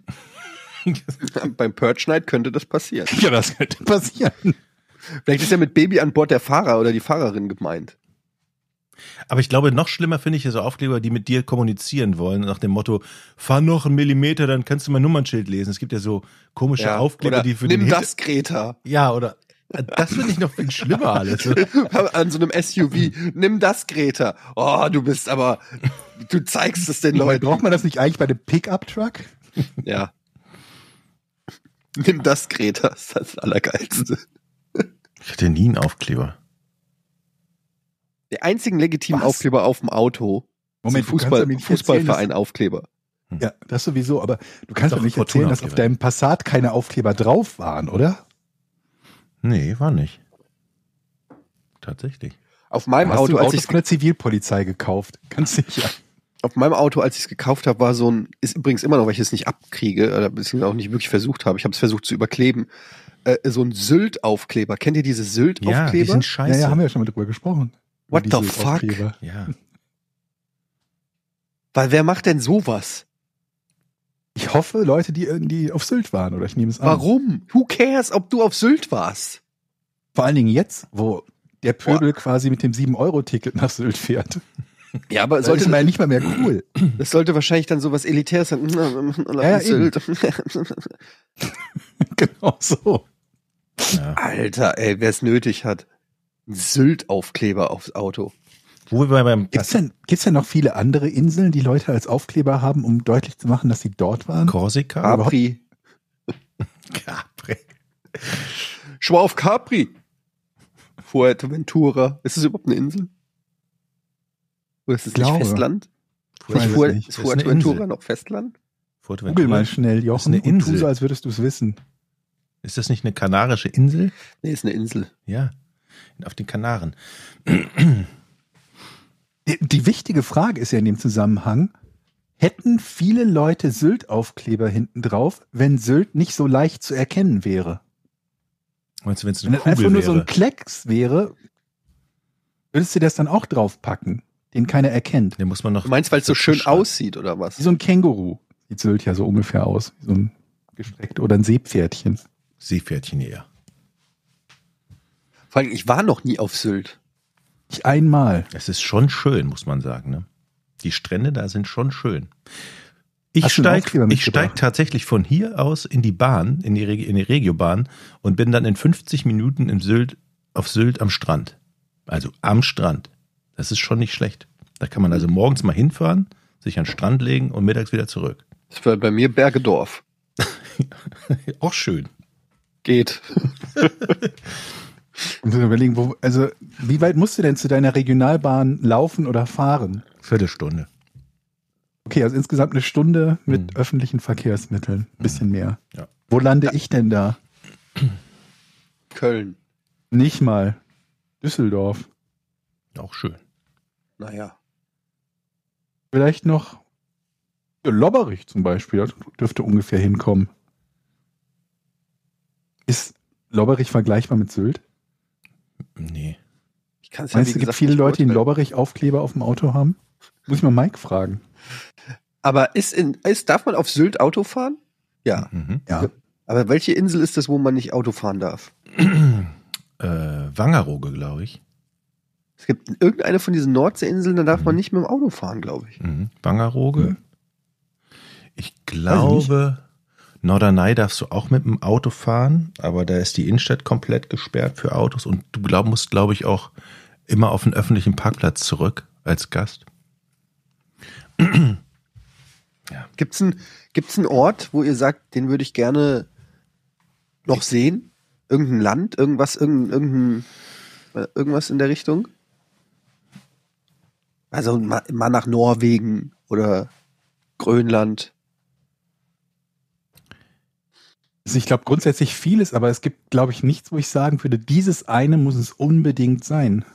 Beim Purge Night könnte das passieren. Ja, das könnte passieren. Vielleicht ist ja mit Baby an Bord der Fahrer oder die Fahrerin gemeint. Aber ich glaube, noch schlimmer finde ich ja so Aufkleber, die mit dir kommunizieren wollen, nach dem Motto, fahr noch einen Millimeter, dann kannst du mein Nummernschild lesen. Es gibt ja so komische Aufkleber, oder die für nimm den das, Greta. Ja, oder das finde ich noch viel schlimmer alles. An so einem SUV. Nimm das, Greta. Oh, du zeigst es den Weil Leuten. braucht man das nicht eigentlich bei dem Pickup-Truck? Ja. Nimm das, Greta. Das ist das Allergeilste. Ich hatte nie einen Aufkleber. Der einzigen legitimen Was? Aufkleber auf dem Auto Moment, ist du kannst ja mir nicht Fußballverein-Aufkleber. Ja, das sowieso, aber du kannst Doch, doch nicht erzählen, dass auf Fortuna-Aufkleber. deinem Passat keine Aufkleber drauf waren, oder? Nee, war nicht. Tatsächlich. Auf meinem Hast Auto, du ein als Auto ich von der Zivilpolizei gekauft? Ganz sicher. auf meinem Auto, als ich es gekauft habe, war ist übrigens immer noch, weil ich es nicht abkriege, oder beziehungsweise auch nicht wirklich versucht habe. Ich habe es versucht zu überkleben. So ein Sylt-Aufkleber. Kennt ihr diese Sylt-Aufkleber? Ja, die sind scheiße. Ja, haben wir ja schon mal drüber gesprochen. What Über the diese fuck? Aufkleber. Ja. Weil wer macht denn sowas? Ich hoffe, Leute, die irgendwie auf Sylt waren, oder ich nehme es an. Warum? Who cares, ob du auf Sylt warst? Vor allen Dingen jetzt, wo der Pöbel quasi mit dem 7-Euro-Ticket nach Sylt fährt. Ja, aber Das ist man ja nicht mal mehr cool. das sollte wahrscheinlich dann sowas Elitäres sein. Ja, Sylt. Genau so. Ja. Alter, ey, wer es nötig hat. Ein Sylt-Aufkleber aufs Auto. Wo wir beim Gibt's denn noch viele andere Inseln, die Leute als Aufkleber haben, um deutlich zu machen, dass sie dort waren? Korsika? Capri. Capri. Schau mal auf Capri. Fuerteventura. Ist es überhaupt eine Insel? Oder ist es nicht glaube. Festland? Ich weiß es nicht. Ist Das ist eine Fuerteventura Insel. noch Festland? Google mal schnell, Jochen, eine und tu Insel. so, als würdest du es wissen. Ist das nicht eine kanarische Insel? Nee, ist eine Insel. Ja, auf den Kanaren. Die wichtige Frage ist ja in dem Zusammenhang, hätten viele Leute Sylt-Aufkleber hinten drauf, wenn Sylt nicht so leicht zu erkennen wäre? Meinst du, wenn es Wenn eine das einfach Kugel nur so ein wäre? Klecks wäre, würdest du das dann auch draufpacken, den keiner erkennt? Den muss man noch. Du meinst, weil es so schön zuschreiben. aussieht, oder was? Wie so ein Känguru sieht Sylt ja so ungefähr aus. Wie so ein gestreckt oder ein Seepferdchen. Seepferdchen eher. Vor allem, ich war noch nie auf Sylt. Ich einmal. Es ist schon schön, muss man sagen. Ne? Die Strände da sind schon schön. Ich Hast du einen Aufkleber steig mitgebracht? tatsächlich von hier aus in die Bahn, in die Regiobahn und bin dann in 50 Minuten auf Sylt am Strand. Also am Strand. Das ist schon nicht schlecht. Da kann man also morgens mal hinfahren, sich an den Strand legen und mittags wieder zurück. Das war bei mir Bergedorf. Auch schön. Geht. Und wir überlegen, wie weit musst du denn zu deiner Regionalbahn laufen oder fahren? Viertelstunde. Okay, also insgesamt eine Stunde mit öffentlichen Verkehrsmitteln. Bisschen mehr. Ja. Wo lande ich denn da? Köln. Nicht mal. Düsseldorf. Auch schön. Naja. Vielleicht noch Lobberich zum Beispiel. Das dürfte ungefähr hinkommen. Ist Lobberich vergleichbar mit Sylt? Nee. Ich kann es Meinst du, es gibt viele nicht Leute, die einen beurteilen. Lobberich Aufkleber auf dem Auto haben? Muss ich mal Mike fragen. Aber darf man auf Sylt Auto fahren? Ja. Mhm. Ja. Aber welche Insel ist das, wo man nicht Auto fahren darf? Wangerooge, glaube ich. Es gibt irgendeine von diesen Nordseeinseln, da darf man nicht mit dem Auto fahren, glaube ich. Mhm. Wangerooge. Mhm. Ich glaube, Norderney darfst du auch mit dem Auto fahren, aber da ist die Innenstadt komplett gesperrt für Autos und du musst, glaube ich, auch immer auf den öffentlichen Parkplatz zurück als Gast. Gibt's einen Ort, wo ihr sagt, den würde ich gerne noch sehen? Irgendein Land, irgendwas, irgendein Irgendwas in der Richtung? Also mal nach Norwegen oder Grönland. Also ich glaube grundsätzlich vieles, aber es gibt, glaube ich, nichts, wo ich sagen würde, dieses eine muss es unbedingt sein.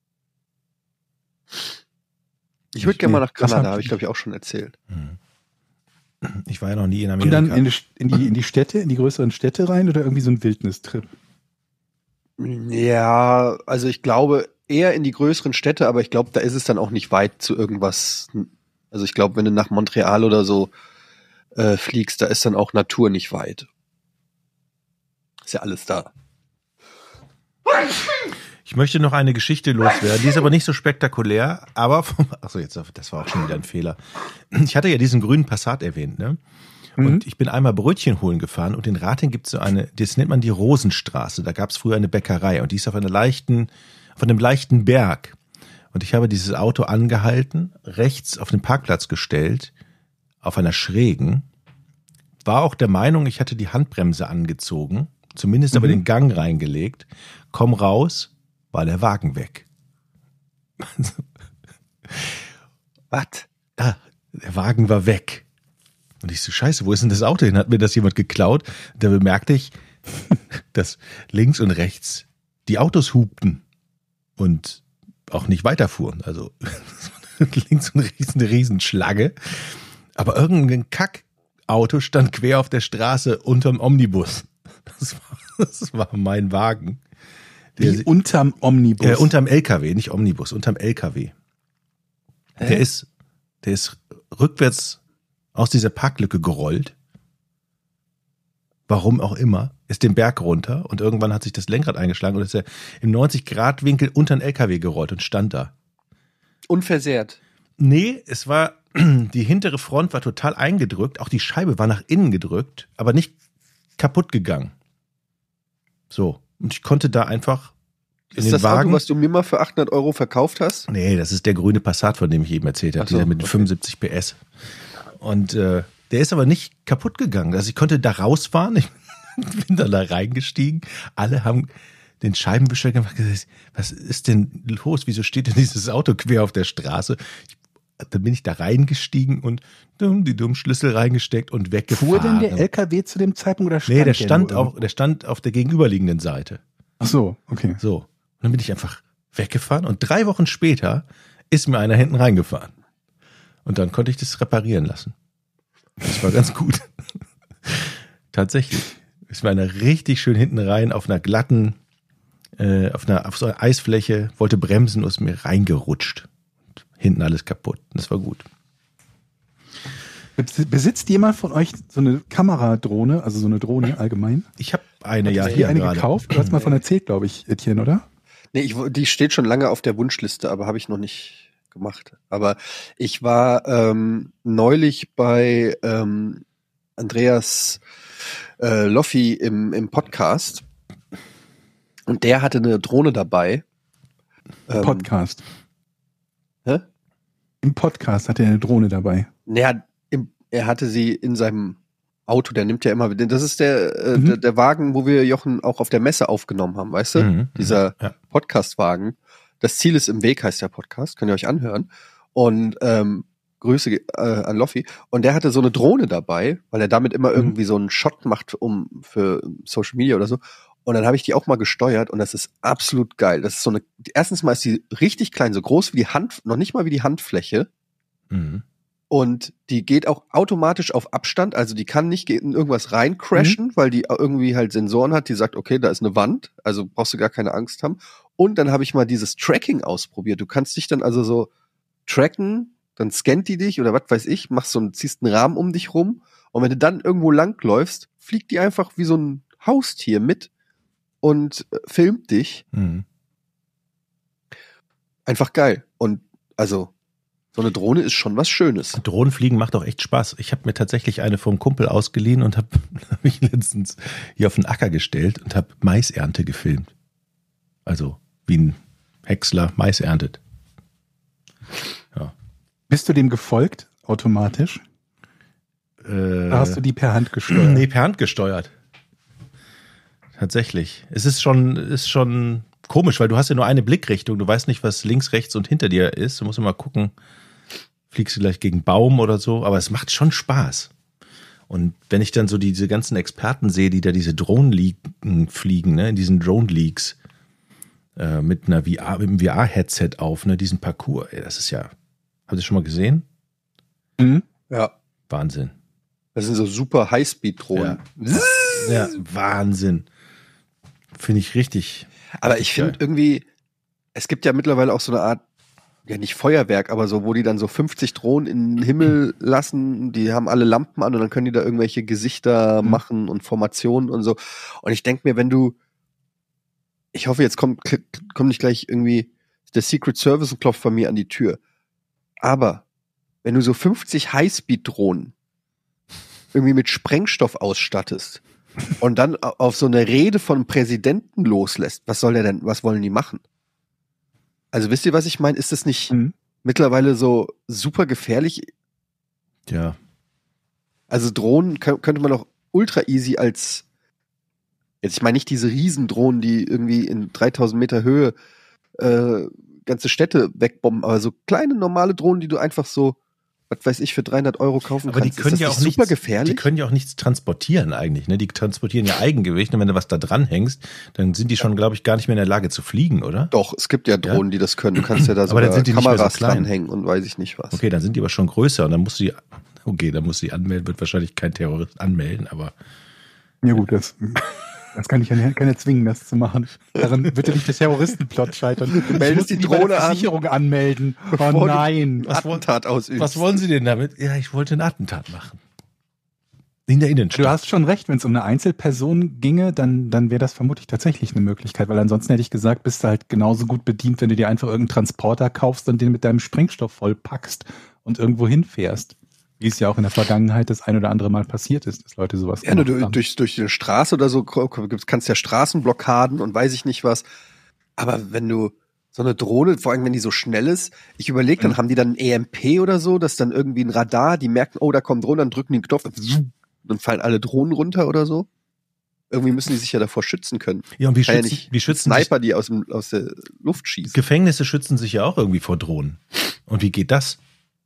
Ich würde gerne mal nach das Kanada, hab habe ich ich- glaube ich auch schon erzählt. Ich war ja noch nie in Und Amerika. dann in die Städte, in die größeren Städte rein oder irgendwie so ein Wildnistrip? Ja, also ich glaube eher in die größeren Städte, aber ich glaube, da ist es dann auch nicht weit zu irgendwas. Also ich glaube, wenn du nach Montreal oder so fliegst, da ist dann auch Natur nicht weit. Ist ja alles da. Ich möchte noch eine Geschichte loswerden. Die ist aber nicht so spektakulär, aber achso, jetzt, das war auch schon wieder ein Fehler. Ich hatte ja diesen grünen Passat erwähnt, ne? Und ich bin einmal Brötchen holen gefahren und in Ratingen gibt es so eine, das nennt man die Rosenstraße. Da gab es früher eine Bäckerei und die ist auf einem leichten Berg. Und ich habe dieses Auto angehalten, rechts auf den Parkplatz gestellt, auf einer schrägen, war auch der Meinung, ich hatte die Handbremse angezogen, zumindest aber den Gang reingelegt, komm raus, war der Wagen weg. Was? Ah, der Wagen war weg. Und ich so, scheiße, wo ist denn das Auto hin? Hat mir das jemand geklaut? Da bemerkte ich, dass links und rechts die Autos hupten und auch nicht weiterfuhren. Also links und rechts eine Riesenschlange. Aber irgendein Kackauto stand quer auf der Straße unterm Omnibus. Das war mein Wagen. Wie unterm Omnibus. Unterm LKW, nicht Omnibus, unterm LKW. Der ist rückwärts aus dieser Parklücke gerollt. Warum auch immer. Ist den Berg runter und irgendwann hat sich das Lenkrad eingeschlagen und ist er im 90-Grad-Winkel unter den LKW gerollt und stand da. Unversehrt. Nee, es war, die hintere Front war total eingedrückt, auch die Scheibe war nach innen gedrückt, aber nicht kaputt gegangen. So, und ich konnte da einfach in Ist den das Wagen. Auto, was du mir mal für 800 € verkauft hast? Nee, das ist der grüne Passat, von dem ich eben erzählt habe, Ach so, dieser mit okay. 75 PS. Und der ist aber nicht kaputt gegangen. Also ich konnte da rausfahren, ich bin dann da reingestiegen. Alle haben den Scheibenwischer gemacht. Was ist denn los? Wieso steht denn dieses Auto quer auf der Straße? Dann bin ich da reingestiegen und die dummen Schlüssel reingesteckt und weggefahren. Fuhr denn der LKW zu dem Zeitpunkt oder stand Nee, der nur stand auf der gegenüberliegenden Seite. Ach so, okay. So. Und dann bin ich einfach weggefahren und 3 Wochen später ist mir einer hinten reingefahren. Und dann konnte ich das reparieren lassen. Das war ganz gut. Tatsächlich. Ist mir einer richtig schön hinten rein auf einer glatten, auf so einer Eisfläche, wollte bremsen und ist mir reingerutscht. Und hinten alles kaputt. Das war gut. Besitzt jemand von euch so eine Kameradrohne, also so eine Drohne allgemein? Ich habe eine ja Hast du hier eine gerade. gekauft? Du hast mal von erzählt, glaube ich, Etienne, oder? Nee, die steht schon lange auf der Wunschliste, aber habe ich noch nicht gemacht. Aber ich war neulich bei Andreas Loffi im Podcast und der hatte eine Drohne dabei. Podcast. Hä? Im Podcast hat er eine Drohne dabei. Naja, er hatte sie in seinem Auto, der nimmt ja immer, das ist der Wagen, wo wir Jochen auch auf der Messe aufgenommen haben, weißt du? Dieser ja. Podcast-Wagen. Das Ziel ist im Weg, heißt der Podcast, könnt ihr euch anhören. Und Grüße an Loffi. Und der hatte so eine Drohne dabei, weil er damit immer irgendwie so einen Shot macht für Social Media oder so. Und dann habe ich die auch mal gesteuert und das ist absolut geil. Das ist so erstens mal ist die richtig klein, so groß wie die Hand, noch nicht mal wie die Handfläche. Mhm. Und die geht auch automatisch auf Abstand, also die kann nicht in irgendwas reincrashen, weil die irgendwie halt Sensoren hat, die sagt, okay, da ist eine Wand, also brauchst du gar keine Angst haben. Und dann habe ich mal dieses Tracking ausprobiert. Du kannst dich dann also so tracken, dann scannt die dich oder was weiß ich, ziehst einen Rahmen um dich rum und wenn du dann irgendwo langläufst, fliegt die einfach wie so ein Haustier mit und filmt dich. Mhm. Einfach geil. Und also so eine Drohne ist schon was Schönes. Drohnenfliegen macht auch echt Spaß. Ich habe mir tatsächlich eine vom Kumpel ausgeliehen und habe mich letztens hier auf den Acker gestellt und habe Maisernte gefilmt. Also wie ein Häcksler Mais erntet. Ja. Bist du dem gefolgt, automatisch? Oder hast du die per Hand gesteuert? Nee, per Hand gesteuert. Tatsächlich. Es ist schon komisch, weil du hast ja nur eine Blickrichtung. Du weißt nicht, was links, rechts und hinter dir ist. Du musst immer gucken, fliegst du gleich gegen Baum oder so. Aber es macht schon Spaß. Und wenn ich dann so diese ganzen Experten sehe, die da diese Drohnen fliegen, ne, in diesen Drone-Leaks, mit einem VR-Headset auf, ne, diesen Parcours, ey, das ist ja, habt ihr schon mal gesehen? Mhm. Ja. Wahnsinn. Das sind so super Highspeed-Drohnen. Ja, Wahnsinn. Finde ich richtig. Aber ich finde irgendwie, es gibt ja mittlerweile auch so eine Art, ja nicht Feuerwerk, aber so, wo die dann so 50 Drohnen in den Himmel lassen, die haben alle Lampen an und dann können die da irgendwelche Gesichter machen und Formationen und so. Und ich denke mir, wenn du, ich hoffe, jetzt kommt nicht gleich irgendwie der Secret Service und klopft bei mir an die Tür. Aber wenn du so 50 Highspeed-Drohnen irgendwie mit Sprengstoff ausstattest und dann auf so eine Rede von Präsidenten loslässt, was wollen die machen? Also wisst ihr, was ich meine? Ist das nicht mittlerweile so super gefährlich? Ja. Also Drohnen könnte man auch ultra easy als, jetzt ich meine nicht diese Riesendrohnen, die irgendwie in 3000 Meter Höhe ganze Städte wegbomben, aber so kleine normale Drohnen, die du einfach so, was weiß ich, für 300 € kaufen aber kannst. Die können ja auch super gefährlich? Die können ja auch nichts transportieren eigentlich. Ne? Die transportieren ja Eigengewicht und wenn du was da dran hängst, dann sind die schon, glaube ich, gar nicht mehr in der Lage zu fliegen, oder? Doch, es gibt ja Drohnen, die das können. Du kannst ja da Aber dann sind die nicht mehr so Kameras klein. dranhängen und weiß ich nicht was. Okay, dann sind die aber schon größer und dann musst du die anmelden, wird wahrscheinlich kein Terrorist anmelden, aber Ja gut, das kann ich ja keiner zwingen, das zu machen. Daran wird ja nicht der Terroristenplot scheitern. Du meldest die Drohne an. Versicherung anmelden. Bevor Oh du nein. Attentat ausübst. was wollen sie denn damit? Ja, ich wollte ein Attentat machen. In der Innenstadt. Du hast schon recht, wenn es um eine Einzelperson ginge, dann wäre das vermutlich tatsächlich eine Möglichkeit, weil ansonsten hätte ich gesagt, bist du halt genauso gut bedient, wenn du dir einfach irgendeinen Transporter kaufst und den mit deinem Sprengstoff vollpackst und irgendwo hinfährst. Wie es ja auch in der Vergangenheit das ein oder andere Mal passiert ist, dass Leute sowas Ja, gemacht haben. durch die Straße oder so kannst ja Straßenblockaden und weiß ich nicht was. Aber wenn du so eine Drohne, vor allem wenn die so schnell ist, ich überlege, dann haben die dann ein EMP oder so, dass dann irgendwie ein Radar, die merken, oh, da kommt Drohne, dann drücken die einen Knopf, dann fallen alle Drohnen runter oder so. Irgendwie müssen die sich ja davor schützen können. Ja, und wie Kann ja schützen, nicht wie schützen Sniper, die aus der Luft schießen. Gefängnisse schützen sich ja auch irgendwie vor Drohnen. Und wie geht das?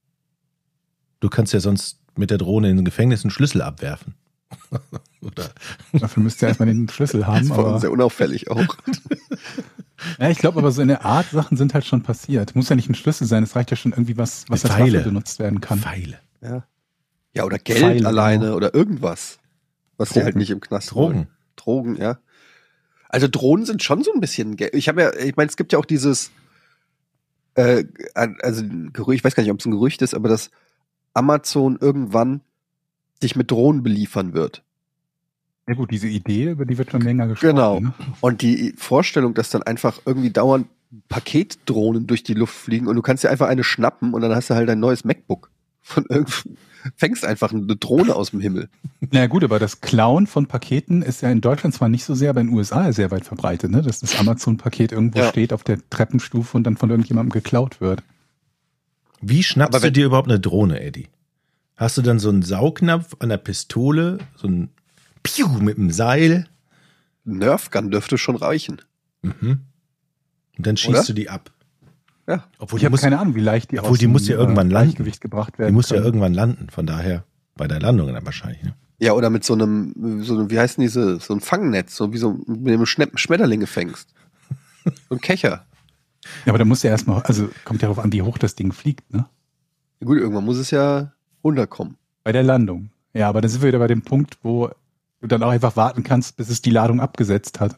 Du kannst ja sonst mit der Drohne in den Gefängnis einen Schlüssel abwerfen. Oder? Dafür müsst ihr erstmal den Schlüssel haben. Das war Aber sehr unauffällig auch. ja, ich glaube, aber so in der Art Sachen sind halt schon passiert. Muss ja nicht ein Schlüssel sein, es reicht ja schon irgendwie was als Pfeile. Waffe benutzt werden kann. Pfeile. Ja, oder Geld Pfeile, alleine genau. oder irgendwas, was die Drogen. halt nicht im Knast Drogen. wollen. Drogen, ja. Also Drohnen sind schon so ein bisschen Geld. Ich meine, es gibt ja auch dieses, also ein Gerücht, ich weiß gar nicht, ob es ein Gerücht ist, aber dass Amazon irgendwann dich mit Drohnen beliefern wird. Ja gut, diese Idee, über die wird schon länger gesprochen. Genau. Ne? Und die Vorstellung, dass dann einfach irgendwie dauernd Paketdrohnen durch die Luft fliegen und du kannst dir einfach eine schnappen und dann hast du halt ein neues MacBook. Fängst einfach eine Drohne aus dem Himmel. Na gut, aber das Klauen von Paketen ist ja in Deutschland zwar nicht so sehr, aber in den USA sehr weit verbreitet, ne? Dass das Amazon-Paket irgendwo steht auf der Treppenstufe und dann von irgendjemandem geklaut wird. Wie schnappst Aber du dir überhaupt eine Drohne, Eddie? Hast du dann so einen Saugnapf an der Pistole, so ein Piu mit einem Seil? Nerfgun dürfte schon reichen. Mhm. Und dann schießt Oder? du die ab. Ja. Obwohl Ich habe keine Ahnung, wie leicht die obwohl die dem, muss ja irgendwann landen. Gleichgewicht gebracht werden Die muss ja können. irgendwann landen, von daher bei der Landung dann wahrscheinlich. Ne? Ja, oder mit so einem, wie heißen diese, so ein Fangnetz, so wie so mit dem Schmetterlinge fängst. So ein Kecher. Ja, aber da muss ja erstmal, also kommt ja darauf an, wie hoch das Ding fliegt, ne? Ja, gut, irgendwann muss es ja runterkommen. Bei der Landung. Ja, aber dann sind wir wieder bei dem Punkt, wo du dann auch einfach warten kannst, bis es die Ladung abgesetzt hat.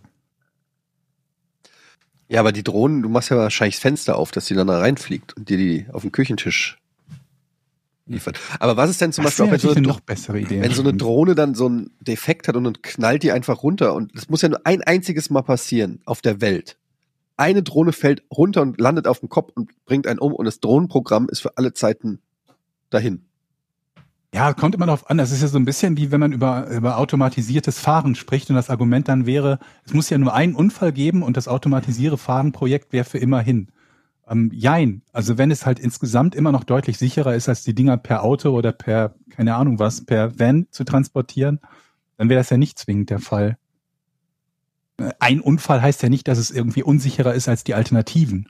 Ja, aber die Drohnen, du machst ja wahrscheinlich das Fenster auf, dass die dann da reinfliegt und dir die auf den Küchentisch liefert. Aber was ist denn zum Das Beispiel auch, wäre wenn so, natürlich eine, eine noch bessere Idee. wenn so eine Drohne dann so einen Defekt hat und dann knallt die einfach runter und das muss ja nur ein einziges Mal passieren auf der Welt. Eine Drohne fällt runter und landet auf dem Kopf und bringt einen um und das Drohnenprogramm ist für alle Zeiten dahin. Ja, kommt immer darauf an. Das ist ja so ein bisschen wie wenn man über automatisiertes Fahren spricht und das Argument dann wäre, es muss ja nur einen Unfall geben und das automatisierte Fahren-Projekt wäre für immer hin. Jein. Also wenn es halt insgesamt immer noch deutlich sicherer ist, als die Dinger per Auto oder per, keine Ahnung was, per Van zu transportieren, dann wäre das ja nicht zwingend der Fall. Ein Unfall heißt ja nicht, dass es irgendwie unsicherer ist als die Alternativen.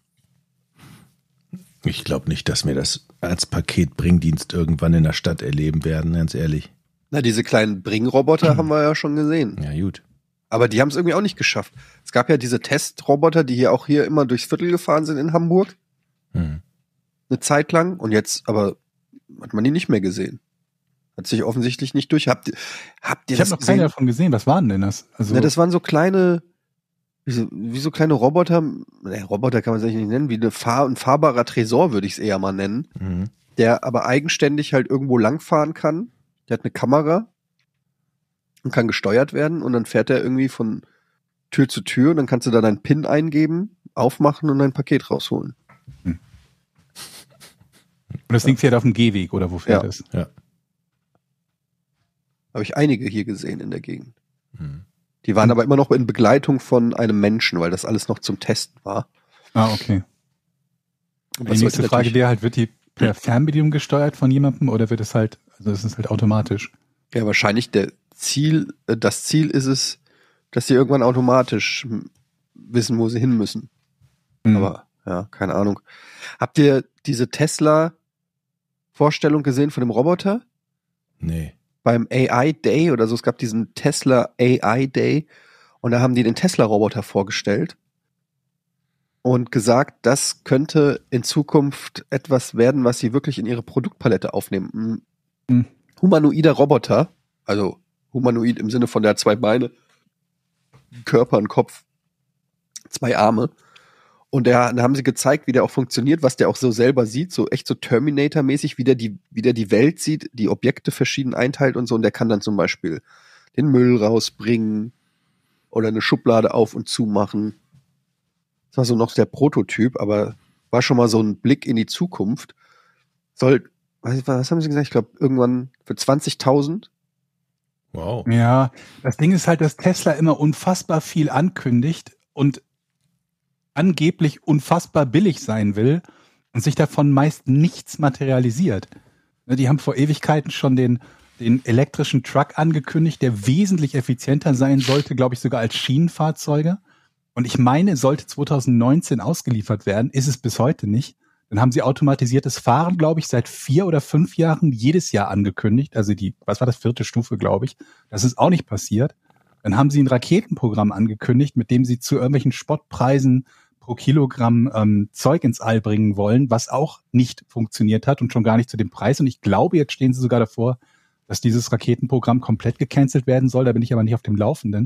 Ich glaube nicht, dass wir das als Paketbringdienst irgendwann in der Stadt erleben werden, ganz ehrlich. Na, diese kleinen Bringroboter haben wir ja schon gesehen. Ja, gut. Aber die haben es irgendwie auch nicht geschafft. Es gab ja diese Testroboter, die hier durchs Viertel gefahren sind in Hamburg. Hm. Eine Zeit lang. Und jetzt aber hat man die nicht mehr gesehen. Hat sich offensichtlich nicht durch. Habt ihr Ich das habe noch gesehen? keine davon gesehen. Was waren denn das? Also, Na, das waren so kleine, wie so kleine Roboter. Roboter kann man es eigentlich nicht nennen. Wie ein fahrbarer Tresor würde ich es eher mal nennen. Mhm. Der aber eigenständig halt irgendwo langfahren kann. Der hat eine Kamera und kann gesteuert werden. Und dann fährt er irgendwie von Tür zu Tür. Und dann kannst du da deinen PIN eingeben, aufmachen und dein Paket rausholen. und das Ding fährt auf dem Gehweg oder wo fährt Ja. es? Ja. Habe ich einige hier gesehen in der Gegend. Mhm. Die waren aber immer noch in Begleitung von einem Menschen, weil das alles noch zum Testen war. Ah, okay. Und Die nächste Frage wäre halt, wird die per Fernbedienung gesteuert von jemandem oder wird es halt, also es ist halt automatisch? Ja, wahrscheinlich das Ziel ist es, dass sie irgendwann automatisch wissen, wo sie hin müssen. Mhm. Aber, ja, keine Ahnung. Habt ihr diese Tesla-Vorstellung gesehen von dem Roboter? Nee. Beim AI Day oder so. Es gab diesen Tesla AI Day und da haben die den Tesla-Roboter vorgestellt und gesagt, das könnte in Zukunft etwas werden, was sie wirklich in ihre Produktpalette aufnehmen. Mhm. Humanoider Roboter, also humanoid im Sinne von der hat 2 Beine, Körper, einen Kopf, 2 Arme. Und da haben sie gezeigt, wie der auch funktioniert, was der auch so selber sieht, so echt so Terminator-mäßig, wie der die Welt sieht, die Objekte verschieden einteilt und so. Und der kann dann zum Beispiel den Müll rausbringen oder eine Schublade auf und zu machen. Das war so noch der Prototyp, aber war schon mal so ein Blick in die Zukunft. Was haben sie gesagt? Ich glaube, irgendwann für 20.000. Wow. Ja, das Ding ist halt, dass Tesla immer unfassbar viel ankündigt und angeblich unfassbar billig sein will und sich davon meist nichts materialisiert. Die haben vor Ewigkeiten schon den elektrischen Truck angekündigt, der wesentlich effizienter sein sollte, glaube ich sogar als Schienenfahrzeuge. Und ich meine, sollte 2019 ausgeliefert werden, ist es bis heute nicht. Dann haben sie automatisiertes Fahren, glaube ich, seit 4 oder 5 Jahren jedes Jahr angekündigt. Also was war das, 4. Stufe, glaube ich. Das ist auch nicht passiert. Dann haben sie ein Raketenprogramm angekündigt, mit dem sie zu irgendwelchen Spottpreisen pro Kilogramm Zeug ins All bringen wollen, was auch nicht funktioniert hat und schon gar nicht zu dem Preis. Und ich glaube, jetzt stehen sie sogar davor, dass dieses Raketenprogramm komplett gecancelt werden soll. Da bin ich aber nicht auf dem Laufenden.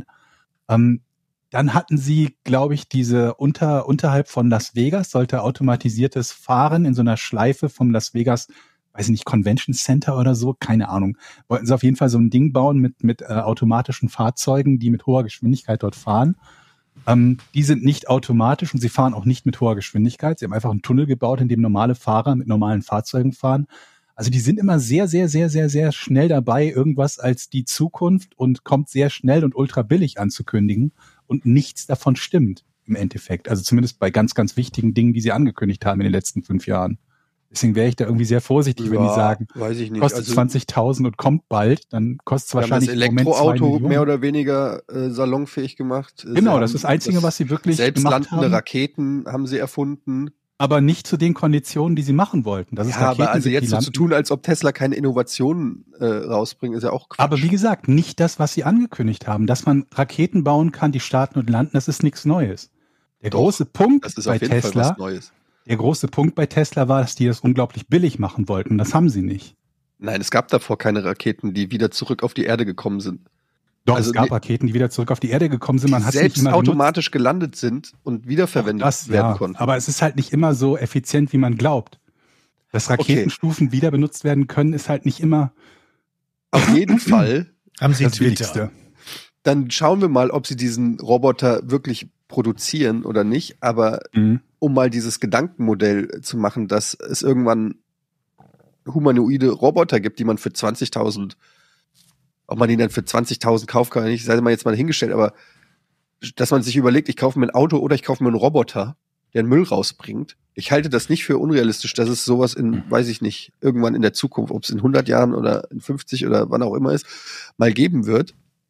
Dann hatten sie, glaube ich, diese unterhalb von Las Vegas sollte automatisiertes Fahren in so einer Schleife vom Las Vegas, weiß ich nicht, Convention Center oder so, keine Ahnung. Wollten sie auf jeden Fall so ein Ding bauen mit automatischen Fahrzeugen, die mit hoher Geschwindigkeit dort fahren. Die sind nicht automatisch und sie fahren auch nicht mit hoher Geschwindigkeit. Sie haben einfach einen Tunnel gebaut, in dem normale Fahrer mit normalen Fahrzeugen fahren. Also die sind immer sehr, sehr, sehr, sehr, sehr schnell dabei, irgendwas als die Zukunft und kommt sehr schnell und ultra billig anzukündigen und nichts davon stimmt im Endeffekt. Also zumindest bei ganz, ganz wichtigen Dingen, die sie angekündigt haben in den letzten 5 Jahren. Deswegen wäre ich da irgendwie sehr vorsichtig, wenn die sagen, weiß ich nicht. kostet 20.000 und kommt bald, dann kostet es Wir haben wahrscheinlich das im Moment 2 Elektroauto Millionen. mehr oder weniger salonfähig gemacht. Genau, das ist das Einzige, was sie wirklich gemacht selbstlandende haben. Raketen haben sie erfunden. Aber nicht zu den Konditionen, die sie machen wollten. Das ist Ja, aber Raketen also sind, jetzt die so zu landen. tun, als ob Tesla keine Innovationen rausbringt, ist ja auch Quatsch. Aber wie gesagt, nicht das, was sie angekündigt haben. Dass man Raketen bauen kann, die starten und landen, das ist nichts Neues. Der Doch, große Punkt das ist bei auf jeden Fall Tesla, was Neues. der große Punkt bei Tesla war, dass die das unglaublich billig machen wollten. Das haben sie nicht. Nein, es gab davor keine Raketen, die wieder zurück auf die Erde gekommen sind. Doch, Also es gab die- Raketen, die wieder zurück auf die Erde gekommen sind. Man Die hat es nicht selbst immer benutzt. automatisch gelandet sind und wiederverwendet Das, werden ja, konnten. aber es ist halt nicht immer so effizient, wie man glaubt. Dass Raketenstufen wieder benutzt werden können, ist halt nicht immer Auf jeden Fall. Haben Sie das Twitter? Billigste. Dann schauen wir mal, ob sie diesen Roboter wirklich produzieren oder nicht. Aber Mhm. um mal dieses Gedankenmodell zu machen, dass es irgendwann humanoide Roboter gibt, die man für 20.000, ob man die dann für 20.000 kauft, kann ich nicht, sei mal jetzt mal hingestellt, aber dass man sich überlegt, ich kaufe mir ein Auto oder ich kaufe mir einen Roboter, der einen Müll rausbringt. Ich halte das nicht für unrealistisch, dass es sowas in, weiß ich nicht, irgendwann in der Zukunft, ob es in 100 Jahren oder in 50 oder wann auch immer ist, mal geben wird.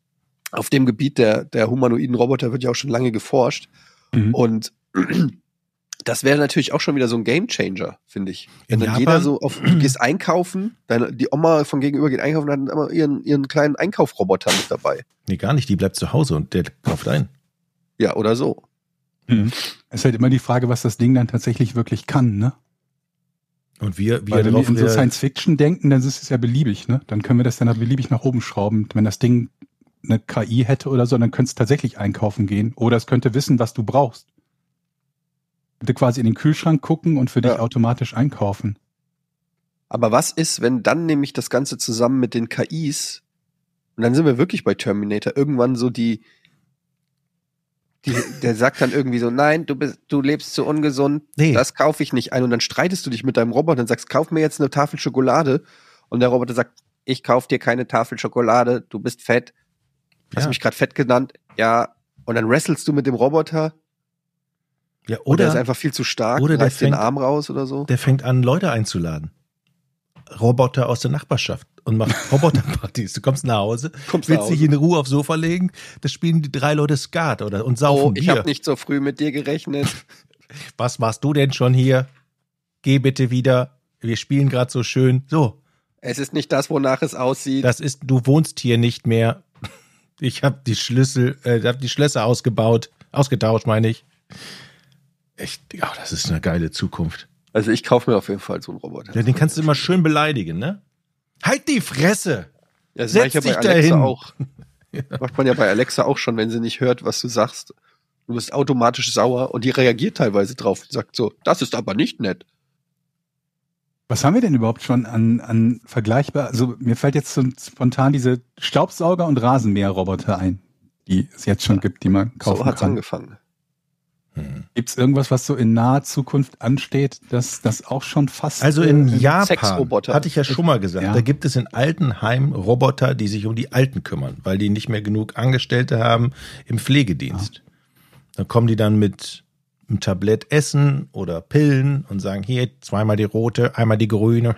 auf dem Gebiet der humanoiden Roboter wird ja auch schon lange geforscht. Und das wäre natürlich auch schon wieder so ein Gamechanger, finde ich. Wenn dann jeder so du gehst einkaufen, die Oma von gegenüber geht einkaufen und hat immer ihren kleinen Einkaufroboter mit dabei. Nee, gar nicht. Die bleibt zu Hause und der kauft ein. Ja, oder so. Es ist halt immer die Frage, was das Ding dann tatsächlich wirklich kann, ne? Und wir Weil wenn wir in so Science-Fiction denken, dann ist es ja beliebig, ne? Dann können wir das dann halt beliebig nach oben schrauben. Wenn das Ding eine KI hätte oder so, dann könnte es tatsächlich einkaufen gehen. Oder es könnte wissen, was du brauchst. Könnte quasi in den Kühlschrank gucken und für dich automatisch einkaufen. Aber was ist, wenn dann nämlich das Ganze zusammen mit den KIs, und dann sind wir wirklich bei Terminator, irgendwann so der sagt dann irgendwie so, nein, du lebst zu ungesund, das kaufe ich nicht ein. Und dann streitest du dich mit deinem Roboter und sagst, kauf mir jetzt eine Tafel Schokolade. Und der Roboter sagt, ich kauf dir keine Tafel Schokolade, du bist fett. Hast du mich gerade fett genannt? Ja. Und dann wrestlest du mit dem Roboter. Ja, oder der ist einfach viel zu stark, oder der reißt den Arm raus oder so. Der fängt an, Leute einzuladen. Roboter aus der Nachbarschaft und macht Roboterpartys. Du kommst nach Hause, willst dich in Ruhe aufs Sofa legen, da spielen die 3 Leute Skat und saufen Bier. Ich habe nicht so früh mit dir gerechnet. Was machst du denn schon hier? Geh bitte wieder. Wir spielen gerade so schön. So. Es ist nicht das, wonach es aussieht. Du wohnst hier nicht mehr. Ich habe die Schlösser ausgetauscht, meine ich. Echt, ja, das ist eine geile Zukunft. Also ich kaufe mir auf jeden Fall so einen Roboter. Ja, den kannst du immer schön beleidigen, ne? Halt die Fresse! Ja, das mache ich ja bei Alexa auch. Macht man ja bei Alexa auch schon, wenn sie nicht hört, was du sagst. Du bist automatisch sauer und die reagiert teilweise drauf und sagt so, das ist aber nicht nett. Was haben wir denn überhaupt schon an vergleichbar? Also mir fällt jetzt so spontan diese Staubsauger- und Rasenmäherroboter ein, die es jetzt schon gibt, die man kaufen kann. So hat's angefangen. Gibt es irgendwas, was so in naher Zukunft ansteht, dass das auch schon fast... Also in Japan, Sexroboter. hatte ich ja schon mal gesagt, da gibt es in Altenheimen Roboter, die sich um die Alten kümmern, weil die nicht mehr genug Angestellte haben im Pflegedienst. Da kommen die dann mit einem Tablett Essen oder Pillen und sagen, hier, 2-mal die rote, einmal die grüne.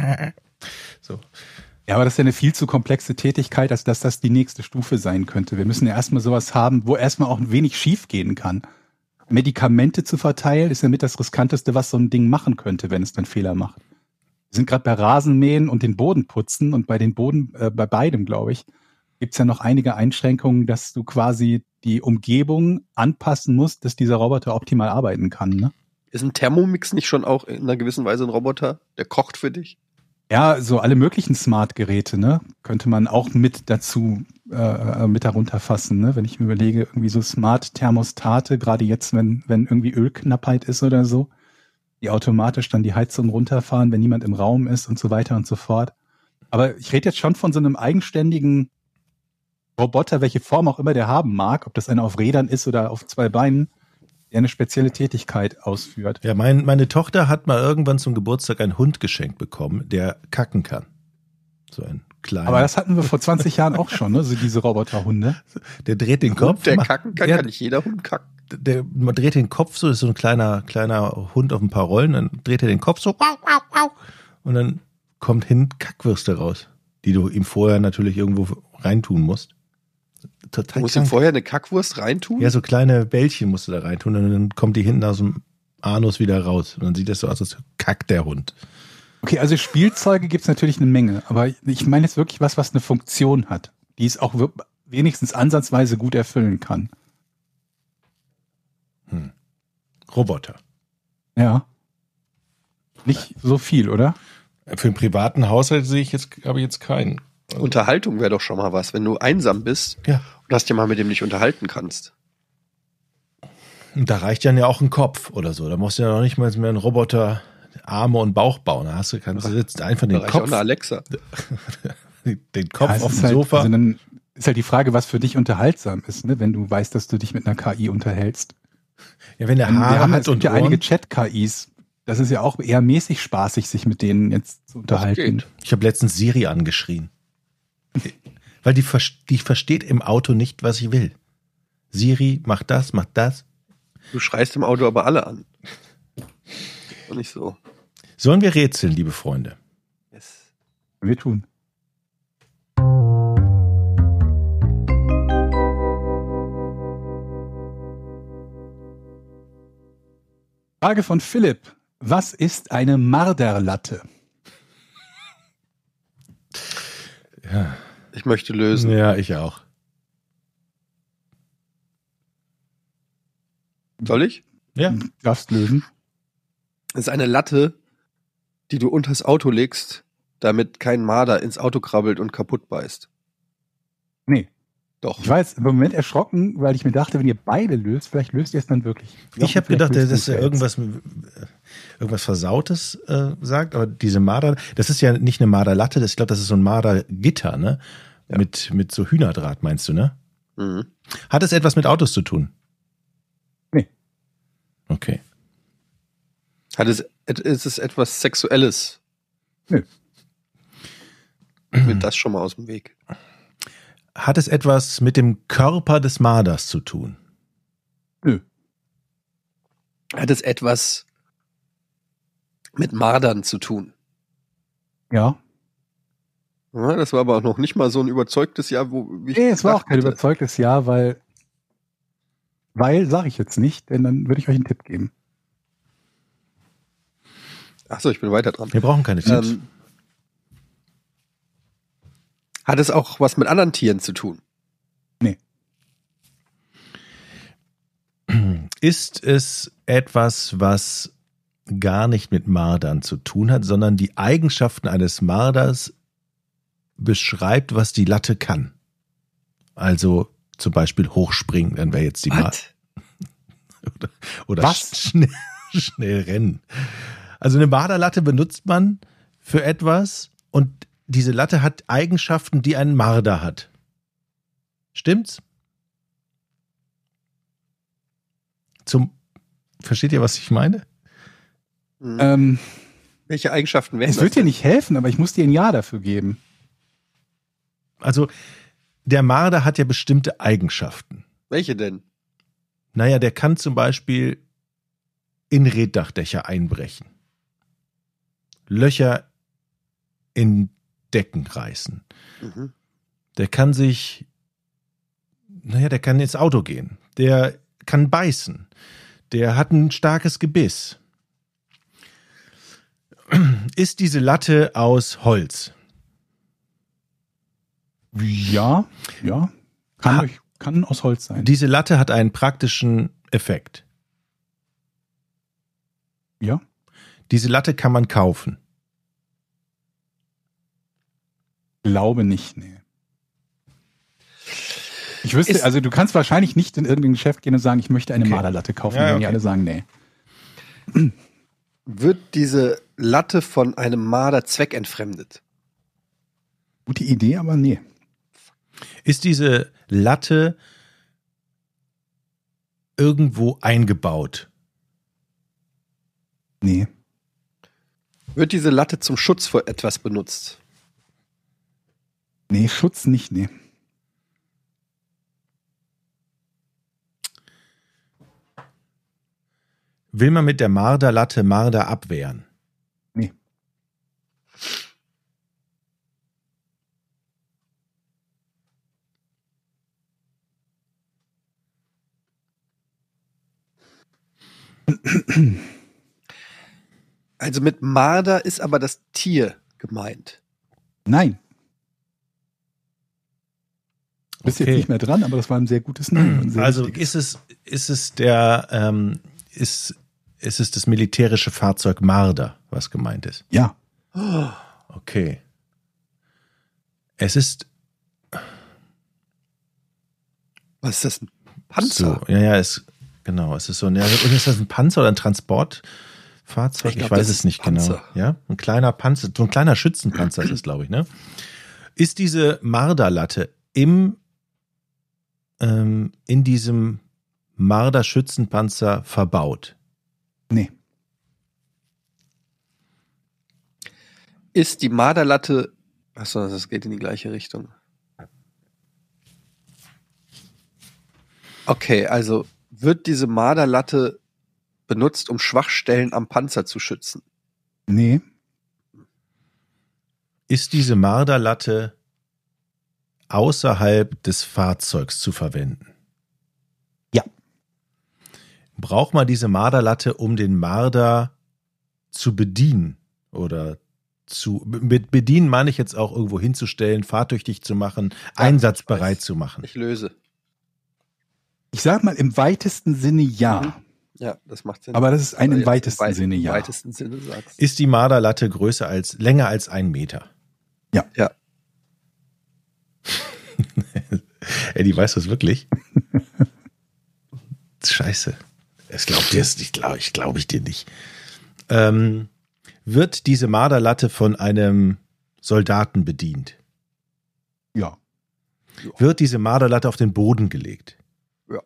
So. Ja, aber das ist ja eine viel zu komplexe Tätigkeit, als dass das die nächste Stufe sein könnte. Wir müssen ja erstmal sowas haben, wo erstmal auch ein wenig schief gehen kann. Medikamente zu verteilen, ist ja mit das Riskanteste, was so ein Ding machen könnte, wenn es dann Fehler macht. Wir sind gerade bei Rasenmähen und den Boden putzen und bei bei beidem, glaube ich, gibt es ja noch einige Einschränkungen, dass du quasi die Umgebung anpassen musst, dass dieser Roboter optimal arbeiten kann, ne? Ist ein Thermomix nicht schon auch in einer gewissen Weise ein Roboter? Der kocht für dich? Ja, so alle möglichen Smart-Geräte, ne, könnte man auch mit dazu mit darunter fassen, ne? Wenn ich mir überlege, irgendwie so Smart-Thermostate, gerade jetzt, wenn irgendwie Ölknappheit ist oder so, die automatisch dann die Heizung runterfahren, wenn niemand im Raum ist und so weiter und so fort. Aber ich rede jetzt schon von so einem eigenständigen Roboter, welche Form auch immer der haben mag, ob das einer auf Rädern ist oder auf 2 Beinen, der eine spezielle Tätigkeit ausführt. Ja, meine Tochter hat mal irgendwann zum Geburtstag einen Hund geschenkt bekommen, der kacken kann. So ein kleiner. Aber das hatten wir vor 20 Jahren auch schon, ne? So diese Roboterhunde. Der dreht den Kopf. Der kacken kann, kann nicht jeder Hund kacken. Man dreht den Kopf so, ist so ein kleiner Hund auf ein paar Rollen, dann dreht er den Kopf so, und dann kommt hin Kackwürste raus, die du ihm vorher natürlich irgendwo reintun musst. Total. Du musst ihm vorher eine Kackwurst reintun? Ja, so kleine Bällchen musst du da reintun und dann kommt die hinten aus dem Anus wieder raus. Und dann sieht das so aus, als kackt der Hund. Okay, also Spielzeuge gibt's natürlich eine Menge, aber ich meine jetzt wirklich was eine Funktion hat, die es auch wenigstens ansatzweise gut erfüllen kann. Roboter. Ja. Nicht so viel, oder? Für einen privaten Haushalt habe ich jetzt keinen. Also Unterhaltung wäre doch schon mal was, wenn du einsam bist und hast ja mal mit dem nicht unterhalten kannst. Und da reicht dann ja auch ein Kopf oder so. Da musst du ja noch nicht mal mehr einen Roboter Arme und Bauch bauen. Da kannst du jetzt einfach den Kopf. Auch eine Alexa. Den Kopf auf dem Sofa. Also dann ist halt die Frage, was für dich unterhaltsam ist, ne? Wenn du weißt, dass du dich mit einer KI unterhältst. Ja, wenn der Haare hat und ja einige Chat-KIs. Das ist ja auch eher mäßig spaßig, sich mit denen jetzt zu unterhalten. Ich habe letztens Siri angeschrien. Weil die versteht im Auto nicht, was ich will. Siri, mach das, mach das. Du schreist im Auto aber alle an. Und nicht so. Sollen wir rätseln, liebe Freunde? Yes. Wir tun. Frage von Philipp. Was ist eine Marderlatte? Ja. Ich möchte lösen. Ja, ich auch. Soll ich? Ja. Du darfst lösen. Das ist eine Latte, die du unters Auto legst, damit kein Marder ins Auto krabbelt und kaputt beißt. Nee. Doch. Ich war jetzt im Moment erschrocken, weil ich mir dachte, wenn ihr beide löst, vielleicht löst ihr es dann wirklich. Ich habe Vielleicht gedacht, löst dass du er es irgendwas Versautes sagt, aber diese Marder, das ist ja nicht eine Marderlatte, ich glaube, das ist so ein Mardergitter, ne? Ja. Mit so Hühnerdraht, meinst du, ne? Mhm. Hat es etwas mit Autos zu tun? Nee. Okay. Ist es etwas Sexuelles? Nö. Wird das schon mal aus dem Weg? Hat es etwas mit dem Körper des Marders zu tun? Nö. Hat es etwas mit Mardern zu tun? Ja. Ja, das war aber auch noch nicht mal so ein überzeugtes Jahr, wie ich Nee, es war auch kein dachte. überzeugtes Ja, weil sage ich jetzt nicht, denn dann würde ich euch einen Tipp geben. Achso, ich bin weiter dran. Wir brauchen keine Tipps. Hat es auch was mit anderen Tieren zu tun? Nee. Ist es etwas, was gar nicht mit Mardern zu tun hat, sondern die Eigenschaften eines Marders beschreibt, was die Latte kann? Also zum Beispiel hochspringen, dann wäre jetzt die Marder. Oder Was? schnell rennen. Also eine Marderlatte benutzt man für etwas und diese Latte hat Eigenschaften, die ein Marder hat. Stimmt's? Versteht ihr, was ich meine? Mhm. Welche Eigenschaften wären Es das wird dir denn? nicht helfen, aber ich muss dir ein Ja dafür geben. Also der Marder hat ja bestimmte Eigenschaften. Welche denn? Naja, der kann zum Beispiel in Reetdachdächer einbrechen. Löcher in Decken reißen. Mhm. Der kann der kann ins Auto gehen. Der kann beißen. Der hat ein starkes Gebiss. Ist diese Latte aus Holz? Ja. Kann aus Holz sein. Diese Latte hat einen praktischen Effekt. Ja. Diese Latte kann man kaufen. Glaube nicht, nee. Ich wüsste, also du kannst wahrscheinlich nicht in irgendein Geschäft gehen und sagen, ich möchte eine Okay. Marderlatte kaufen, Ja, wenn die okay. alle sagen, nee. Wird diese Latte von einem Marder zweckentfremdet? Gute Idee, aber nee. Ist diese Latte irgendwo eingebaut? Nee. Wird diese Latte zum Schutz vor etwas benutzt? Nee, Schutz nicht, nee. Will man mit der Marderlatte Marder abwehren? Nee. Also mit Marder ist aber das Tier gemeint. Nein. Bist Okay. jetzt nicht mehr dran, aber das war ein sehr gutes Nein. ein sehr Also wichtiges. ist es das militärische Fahrzeug Marder, was gemeint ist? Ja. Okay. Es ist Was ist das? Ein Panzer? so, es ist so, ist das ein Panzer oder ein Transportfahrzeug? Ich glaub, Ich weiß das es ist nicht ein Panzer. genau. Ja, ein kleiner Panzer, so ein kleiner Schützenpanzer ist es, glaube ich, ne? Ist diese Marderlatte in diesem Marder-Schützenpanzer verbaut? Nee. Ist die Marderlatte... Achso, das geht in die gleiche Richtung. Okay, also wird diese Marderlatte benutzt, um Schwachstellen am Panzer zu schützen? Nee. Ist diese Marderlatte außerhalb des Fahrzeugs zu verwenden? Ja. braucht man diese Marderlatte, um den Marder zu bedienen? Oder mit bedienen meine ich jetzt auch irgendwo hinzustellen, fahrtüchtig zu machen, einsatzbereit zu machen. Ich löse. Ich sag mal im weitesten Sinne ja. Mhm. Ja, das macht Sinn. Aber das ist ein im jetzt weitesten Sinne ja. Im weitesten Sinne sagst. Ist die Marderlatte länger als 1 Meter? Ja. Eddie, weißt du das wirklich? Scheiße. Ich glaube ich dir nicht. Wird diese Marderlatte von einem Soldaten bedient? Ja. Wird diese Marderlatte auf den Boden gelegt? Ja.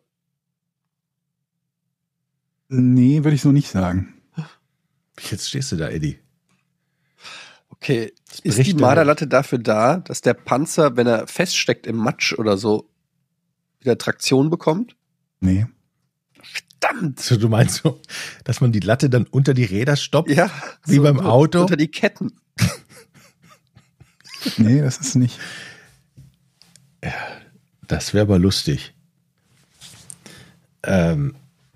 Nee, würde ich so nicht sagen. Jetzt stehst du da, Eddie. Okay, ist die Marderlatte dafür da, dass der Panzer, wenn er feststeckt im Matsch oder so, wieder Traktion bekommt? Nee. Verdammt! So, du meinst so, dass man die Latte dann unter die Räder stoppt? Ja. Wie so beim Auto? Unter die Ketten. Nee, das ist nicht. Das wäre aber lustig. Okay.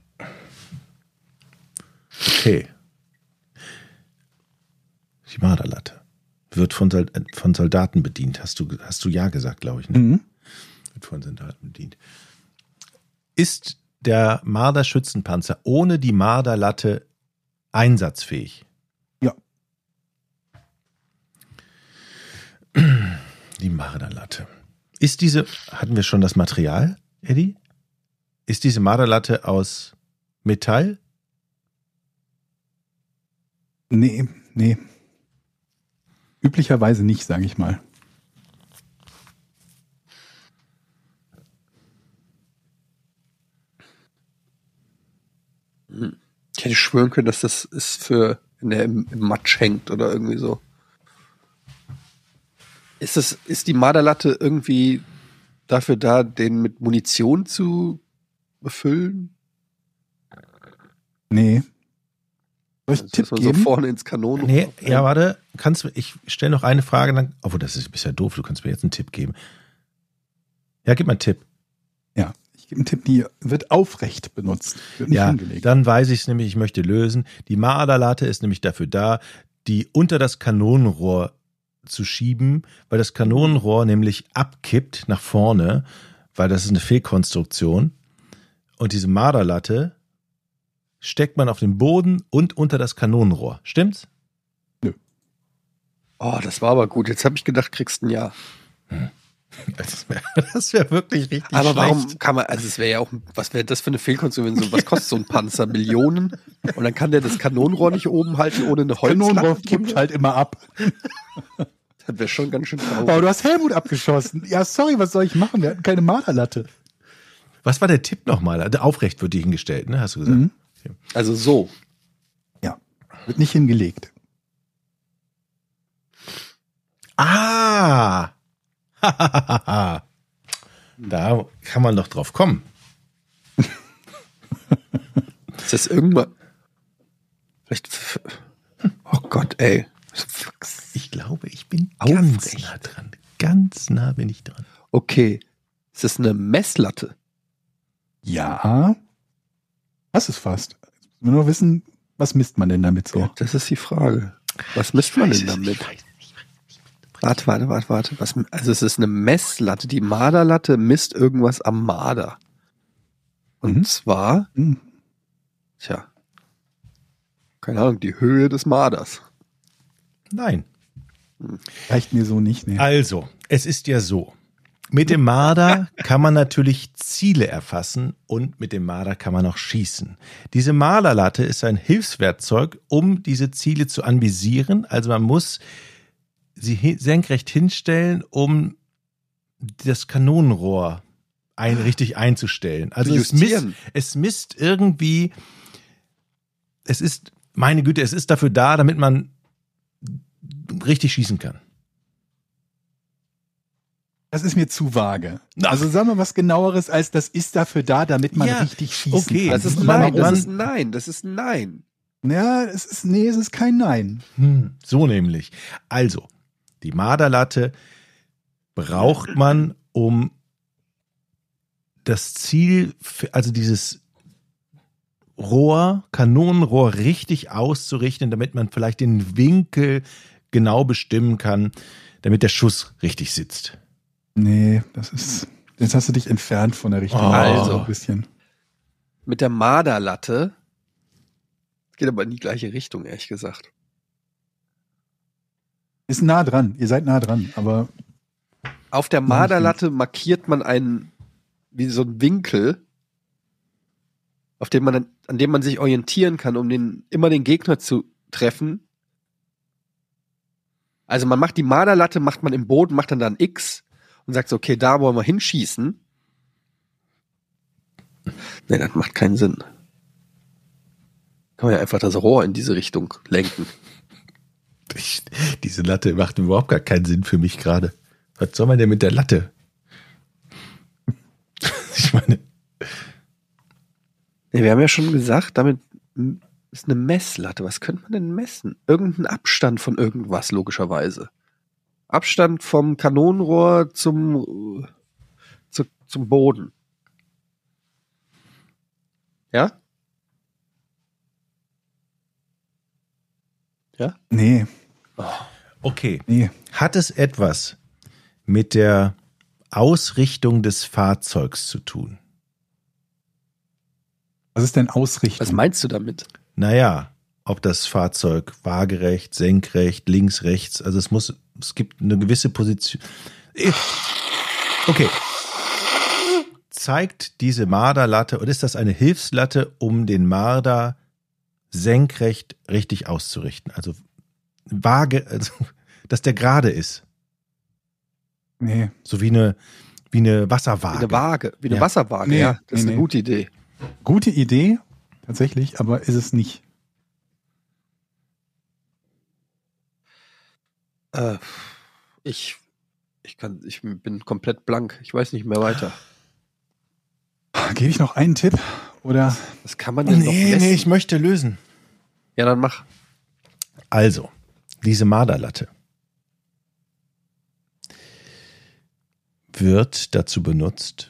Die Marderlatte wird von Soldaten bedient. Hast du ja gesagt, glaube ich. Ne? Mhm. Wird von Soldaten bedient. Ist der Marderschützenpanzer ohne die Marderlatte einsatzfähig? Ja. Die Marderlatte. Hatten wir schon das Material, Eddie? Ist diese Marderlatte aus Metall? Nee. Üblicherweise nicht, sage ich mal. Ich hätte schwören können, dass das ist wenn der im Matsch hängt oder irgendwie so. Ist die Marderlatte irgendwie dafür da, den mit Munition zu befüllen? Nee. Soll ich Also, einen Tipp dass man so geben? vorne ins Kanonen. Nee, ja, warte. Ich stelle noch eine Frage. Obwohl, das ist bisher doof. Du kannst mir jetzt einen Tipp geben. Ja, gib mal einen Tipp. Ja, ich gebe einen Tipp, die wird aufrecht benutzt. Wird nicht Ja, hingelegt. dann weiß ich es nämlich, ich möchte lösen. Die Marderlatte ist nämlich dafür da, die unter das Kanonenrohr zu schieben, weil das Kanonenrohr nämlich abkippt nach vorne, weil das ist eine Fehlkonstruktion. Und diese Marderlatte steckt man auf den Boden und unter das Kanonenrohr. Stimmt's? Oh, das war aber gut. Jetzt habe ich gedacht, kriegst ein Ja. Das wäre wirklich richtig Aber schlecht. warum kann man, also es wäre ja auch, was wäre das für eine Fehlkonstruktion? Was kostet so ein Panzer? Millionen? Und dann kann der das Kanonenrohr nicht oben halten ohne eine Kanonenrohr Holzlatte? kippt halt immer ab. Das wäre schon ganz schön traurig. Oh, du hast Helmut abgeschossen. Ja, sorry, was soll ich machen? Wir hatten keine Marderlatte. Was war der Tipp nochmal? Aufrecht wird die hingestellt, ne? Hast du gesagt? Mhm. Also so. Ja, wird nicht hingelegt. Ah! Da kann man doch drauf kommen. Ist das irgendwann? Vielleicht. Oh Gott, ey. Ich glaube, ich bin Aufrecht. ganz nah dran. Ganz nah bin ich dran. Okay. Ist das eine Messlatte? Ja. Das ist fast. Jetzt müssen wir nur wissen, was misst man denn damit so? Das ist die Frage. Was misst man denn damit? Ich weiß es nicht. Warte. Also es ist eine Messlatte. Die Marderlatte misst irgendwas am Marder. Und zwar, Mhm. tja, keine Ahnung, die Höhe des Marders. Nein. Reicht mir so nicht. Nee. Also, es ist ja so. Mit dem Marder kann man natürlich Ziele erfassen und mit dem Marder kann man auch schießen. Diese Marderlatte ist ein Hilfswerkzeug, um diese Ziele zu anvisieren. Also man muss sie senkrecht hinstellen, um das Kanonenrohr richtig einzustellen. Also es misst irgendwie, es ist, meine Güte, es ist dafür da, damit man richtig schießen kann. Das ist mir zu vage. Ach. Also sagen wir was genaueres als das ist dafür da, damit man Ja, richtig schießen okay. kann. Das ist Man- nein, das man- ist nein, das ist nein. Ja, es ist kein Nein. So nämlich. Also, die Marderlatte braucht man, um das Ziel, also dieses Kanonenrohr richtig auszurichten, damit man vielleicht den Winkel genau bestimmen kann, damit der Schuss richtig sitzt. Nee, jetzt hast du dich entfernt von der Richtung. Also. Ein bisschen. Mit der Marderlatte. Geht aber in die gleiche Richtung, ehrlich gesagt. Ist nah dran, ihr seid nah dran, aber Auf der Marderlatte markiert man wie so einen Winkel, an dem man sich orientieren kann, um immer den Gegner zu treffen. Also man macht die Marderlatte, macht man im Boden, macht dann da ein X und sagt so, okay, da wollen wir hinschießen. Nee, das macht keinen Sinn. Kann man ja einfach das Rohr in diese Richtung lenken. Diese Latte macht überhaupt gar keinen Sinn für mich gerade. Was soll man denn mit der Latte? Ich meine. Ja, wir haben ja schon gesagt, damit ist eine Messlatte. Was könnte man denn messen? Irgendein Abstand von irgendwas, logischerweise. Abstand vom Kanonenrohr zum Boden. Ja? Ja? nee. Okay. Nee. Hat es etwas mit der Ausrichtung des Fahrzeugs zu tun? Was ist denn Ausrichtung? Was meinst du damit? Naja, ob das Fahrzeug waagerecht, senkrecht, links, rechts, also es gibt eine gewisse Position. Okay. Zeigt diese Marderlatte, oder ist das eine Hilfslatte, um den Marder senkrecht richtig auszurichten? Also dass der gerade ist. Nee. So wie eine Wasserwaage. Wie eine Waage, wie eine Ja. Wasserwaage, Nee, ja. Das ist nee. eine gute Idee. Gute Idee, tatsächlich, aber ist es nicht. Ich bin komplett blank. Ich weiß nicht mehr weiter. Gebe ich noch einen Tipp? Oder? Was kann man denn noch messen? Nee, ich möchte lösen. Ja, dann mach. Also, diese Marderlatte wird dazu benutzt,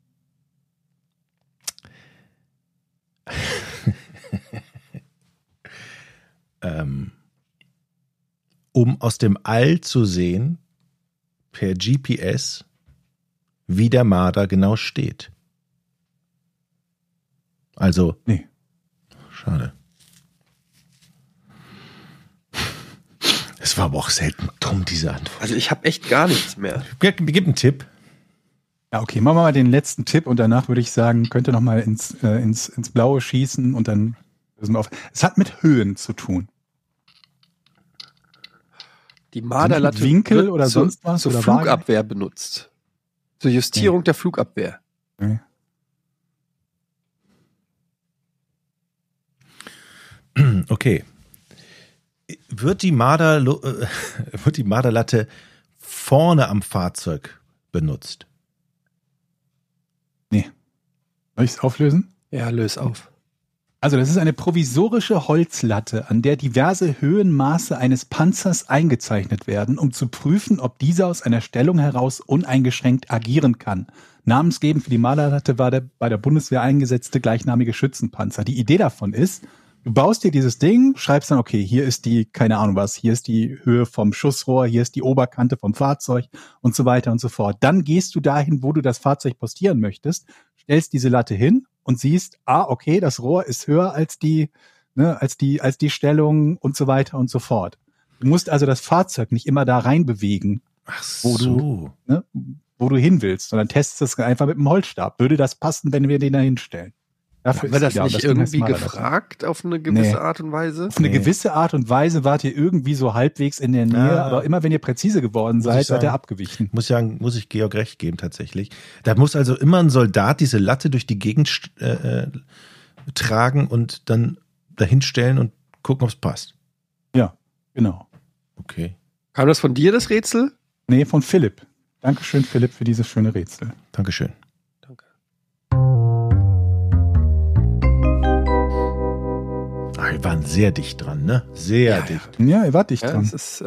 um aus dem All zu sehen, per GPS, wie der Marder genau steht. Also, Nee. schade. Es war aber auch selten dumm, diese Antwort. Also ich habe echt gar nichts mehr. Gib einen Tipp. Ja, okay, machen wir mal den letzten Tipp und danach würde ich sagen, könnt ihr noch mal ins Blaue schießen und dann lösen wir auf. Es hat mit Höhen zu tun. Die Marderlatte Mit Winkel wird oder sonst was zur oder Flugabwehr benutzt. Zur Justierung der Flugabwehr. Nee. Okay. Wird die Marderlatte vorne am Fahrzeug benutzt? Nee. Soll ich es auflösen? Ja, löse auf. Also das ist eine provisorische Holzlatte, an der diverse Höhenmaße eines Panzers eingezeichnet werden, um zu prüfen, ob dieser aus einer Stellung heraus uneingeschränkt agieren kann. Namensgebend für die Marderlatte war der bei der Bundeswehr eingesetzte gleichnamige Schützenpanzer. Die Idee davon ist, du baust dir dieses Ding, schreibst dann, okay, hier ist die, keine Ahnung was, hier ist die Höhe vom Schussrohr, hier ist die Oberkante vom Fahrzeug und so weiter und so fort. Dann gehst du dahin, wo du das Fahrzeug postieren möchtest, stellst diese Latte hin und siehst, okay, das Rohr ist höher als die Stellung und so weiter und so fort. Du musst also das Fahrzeug nicht immer da rein bewegen, Ach wo du hin willst, sondern testest es einfach mit einem Holzstab. Würde das passen, wenn wir den da hinstellen? Dafür Haben wir das die da. nicht Das Ding heißt irgendwie Marderlatte. gefragt auf eine gewisse Nee. Art und Weise? Auf eine gewisse Art und Weise wart ihr irgendwie so halbwegs in der Nähe, Ja. aber immer wenn ihr präzise geworden Muss seid, ich seid ihr sagen. abgewichen. Muss ich Georg recht geben, tatsächlich. Da muss also immer ein Soldat diese Latte durch die Gegend tragen und dann dahin stellen und gucken, ob es passt. Ja, genau. Okay, Kam das von dir, das Rätsel? Nee, von Philipp. Dankeschön, Philipp, für dieses schöne Rätsel. Dankeschön. Danke. Wir waren sehr dicht dran, ne? Sehr dicht. Ja, ihr wart dicht Ja, dran. es ist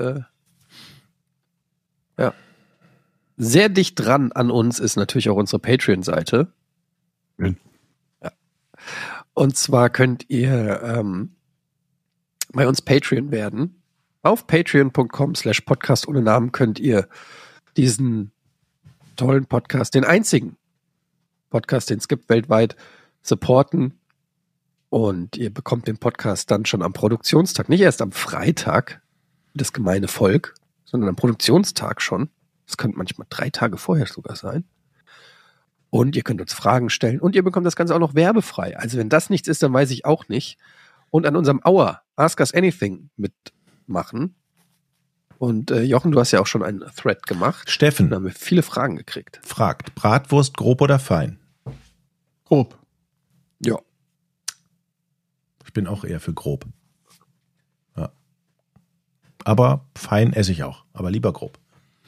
sehr dicht dran an uns ist natürlich auch unsere Patreon-Seite. Schön. Ja. Und zwar könnt ihr bei uns Patreon werden. Auf patreon.com/podcast ohne Namen könnt ihr diesen tollen Podcast, den einzigen Podcast, den es gibt weltweit, supporten. Und ihr bekommt den Podcast dann schon am Produktionstag, nicht erst am Freitag, das gemeine Volk, sondern am Produktionstag schon. Das könnte manchmal 3 Tage vorher sogar sein. Und ihr könnt uns Fragen stellen und ihr bekommt das Ganze auch noch werbefrei. Also wenn das nichts ist, dann weiß ich auch nicht. Und an unserem Hour Ask Us Anything mitmachen. Und Jochen, du hast ja auch schon einen Thread gemacht. Steffen. Da haben wir viele Fragen gekriegt. Fragt, Bratwurst grob oder fein? Grob. Ja. Ich bin auch eher für grob. Ja. Aber fein esse ich auch, aber lieber grob.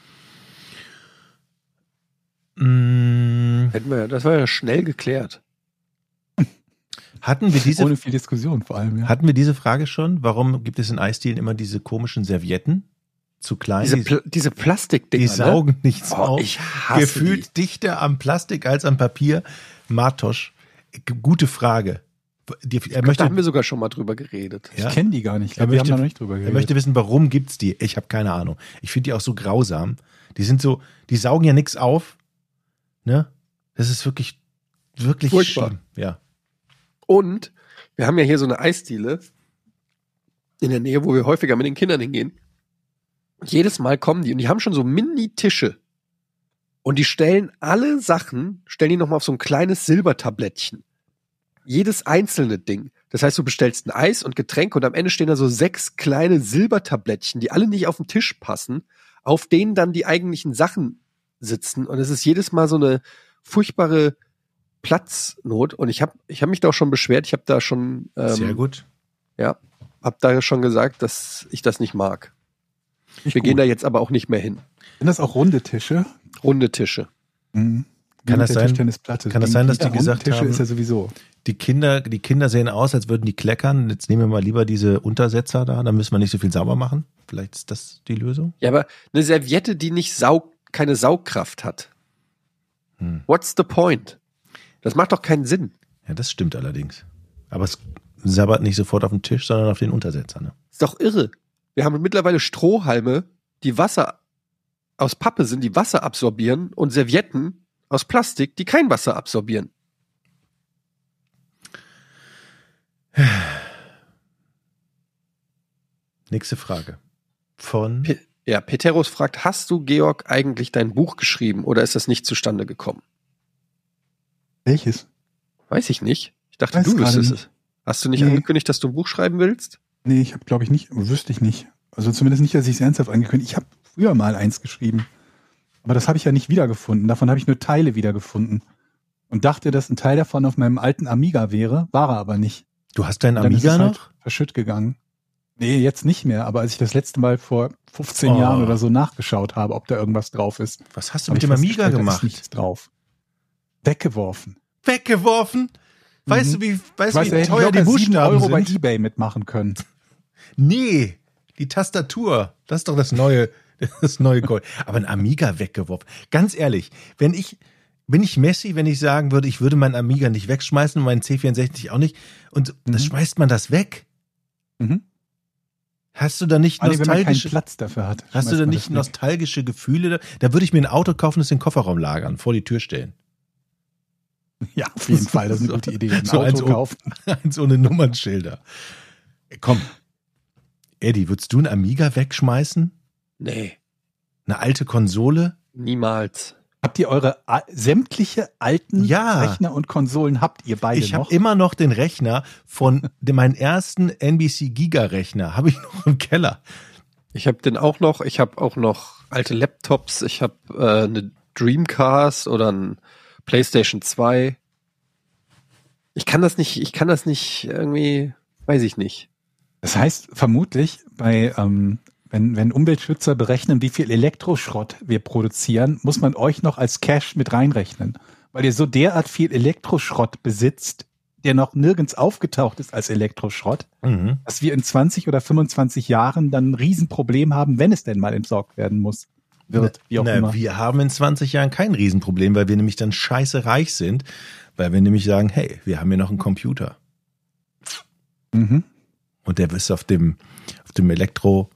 Das war ja schnell geklärt. Hatten wir diese, Ohne viel Diskussion vor allem. Ja. hatten wir diese Frage schon? Warum gibt es in Eisdielen immer diese komischen Servietten? Zu klein? Diese Plastikdinger, die saugen nichts auf. Ich hasse Gefühlt dichter am Plastik als am Papier. Martosch, gute Frage. Da haben wir sogar schon mal drüber geredet. Ich kenne die gar nicht. Ich Er glaube, wir möchte- haben da noch nicht drüber Er geredet. möchte wissen, warum gibt's die? Ich habe keine Ahnung. Ich finde die auch so grausam. Die saugen ja nichts auf. Ne? Das ist wirklich Furchtbar. schlimm. Ja. Und wir haben ja hier so eine Eisdiele in der Nähe, wo wir häufiger mit den Kindern hingehen. Und jedes Mal kommen die und die haben schon so Mini-Tische. Und die stellen alle Sachen, die nochmal auf so ein kleines Silbertablettchen. Jedes einzelne Ding. Das heißt, du bestellst ein Eis und Getränk und am Ende stehen da so 6 kleine Silbertablettchen, die alle nicht auf den Tisch passen, auf denen dann die eigentlichen Sachen sitzen. Und es ist jedes Mal so eine furchtbare Platznot. Und ich hab mich da auch schon beschwert. Ich habe da schon Sehr gut. hab da schon gesagt, dass ich das nicht mag. Wir gehen da jetzt aber auch nicht mehr hin. Sind das auch runde Tische? Runde Tische. Mhm. Kann Wie das mit der sein- Tischtennisplatte. kann das sein, dass die Runde gesagt Tische haben- ist ja sowieso. Die Kinder sehen aus, als würden die kleckern. Jetzt nehmen wir mal lieber diese Untersetzer da, dann müssen wir nicht so viel sauber machen. Vielleicht ist das die Lösung. Ja, aber eine Serviette, die nicht keine Saugkraft hat. What's the point? Das macht doch keinen Sinn. Ja, das stimmt allerdings. Aber es sabbert nicht sofort auf den Tisch, sondern auf den Untersetzer. Ne? Ist doch irre. Wir haben mittlerweile Strohhalme, die Wasser aus Pappe sind, die Wasser absorbieren und Servietten aus Plastik, die kein Wasser absorbieren. Nächste Frage. Von Peteros fragt, hast du, Georg, eigentlich dein Buch geschrieben oder ist das nicht zustande gekommen? Welches? Weiß ich nicht. Ich dachte, Weiß du gerade wüsstest nicht. es. Hast du nicht Nee. angekündigt, dass du ein Buch schreiben willst? Nee, ich habe, glaube ich, nicht, wüsste ich nicht. Also zumindest nicht, dass ich es ernsthaft angekündigt. Ich habe früher mal eins geschrieben. Aber das habe ich ja nicht wiedergefunden. Davon habe ich nur Teile wiedergefunden. Und dachte, dass ein Teil davon auf meinem alten Amiga wäre, war er aber nicht. Du hast deinen Und dann ist Amiga es halt noch? verschütt gegangen. Nee, jetzt nicht mehr. Aber als ich das letzte Mal vor 15 Oh. Jahren oder so nachgeschaut habe, ob da irgendwas drauf ist, Was hast du habe mit ich dem Amiga festgestellt, da gemacht? ist nichts drauf. Weggeworfen. Weggeworfen? Weißt du, wie Ich weiß, da hätte ich teuer die locker 7 Buchstaben Euro bei sind? eBay mitmachen können. Nee, die Tastatur. Das ist doch das neue Gold. Aber ein Amiga weggeworfen. Ganz ehrlich, bin ich Messi, wenn ich sagen würde, ich würde meinen Amiga nicht wegschmeißen und meinen C64 auch nicht. Und das schmeißt man das weg? Mhm. Hast du da nicht Wenn man keinen nostalgische, Platz dafür hat. hast du schmeißt da man nicht das weg. nostalgische Gefühle? Da würde ich mir ein Auto kaufen, das in den Kofferraum lagern, vor die Tür stellen. Ja, auf jeden Fall. Das ist eine gute Idee. Ein So eins Auto kaufen. Eins ohne Nummernschilder. Komm, Eddie, würdest du einen Amiga wegschmeißen? Nee, Eine alte Konsole? niemals. Habt ihr eure sämtliche alten Ja. Rechner und Konsolen habt ihr beide Ich habe noch? immer noch den Rechner von meinen ersten NBC Giga Rechner, habe ich noch im Keller. Ich habe den auch noch. Ich habe auch noch alte Laptops. Ich habe eine Dreamcast oder ein PlayStation 2. Ich kann das nicht irgendwie, weiß ich nicht. Das heißt vermutlich bei wenn Umweltschützer berechnen, wie viel Elektroschrott wir produzieren, muss man euch noch als Cash mit reinrechnen, weil ihr so derart viel Elektroschrott besitzt, der noch nirgends aufgetaucht ist als Elektroschrott, dass wir in 20 oder 25 Jahren dann ein Riesenproblem haben, wenn es denn mal entsorgt werden muss. Wird, wie auch immer. Wir haben in 20 Jahren kein Riesenproblem, weil wir nämlich dann scheiße reich sind, weil wir nämlich sagen, hey, wir haben hier noch einen Computer. Mhm. Und der ist auf dem Elektro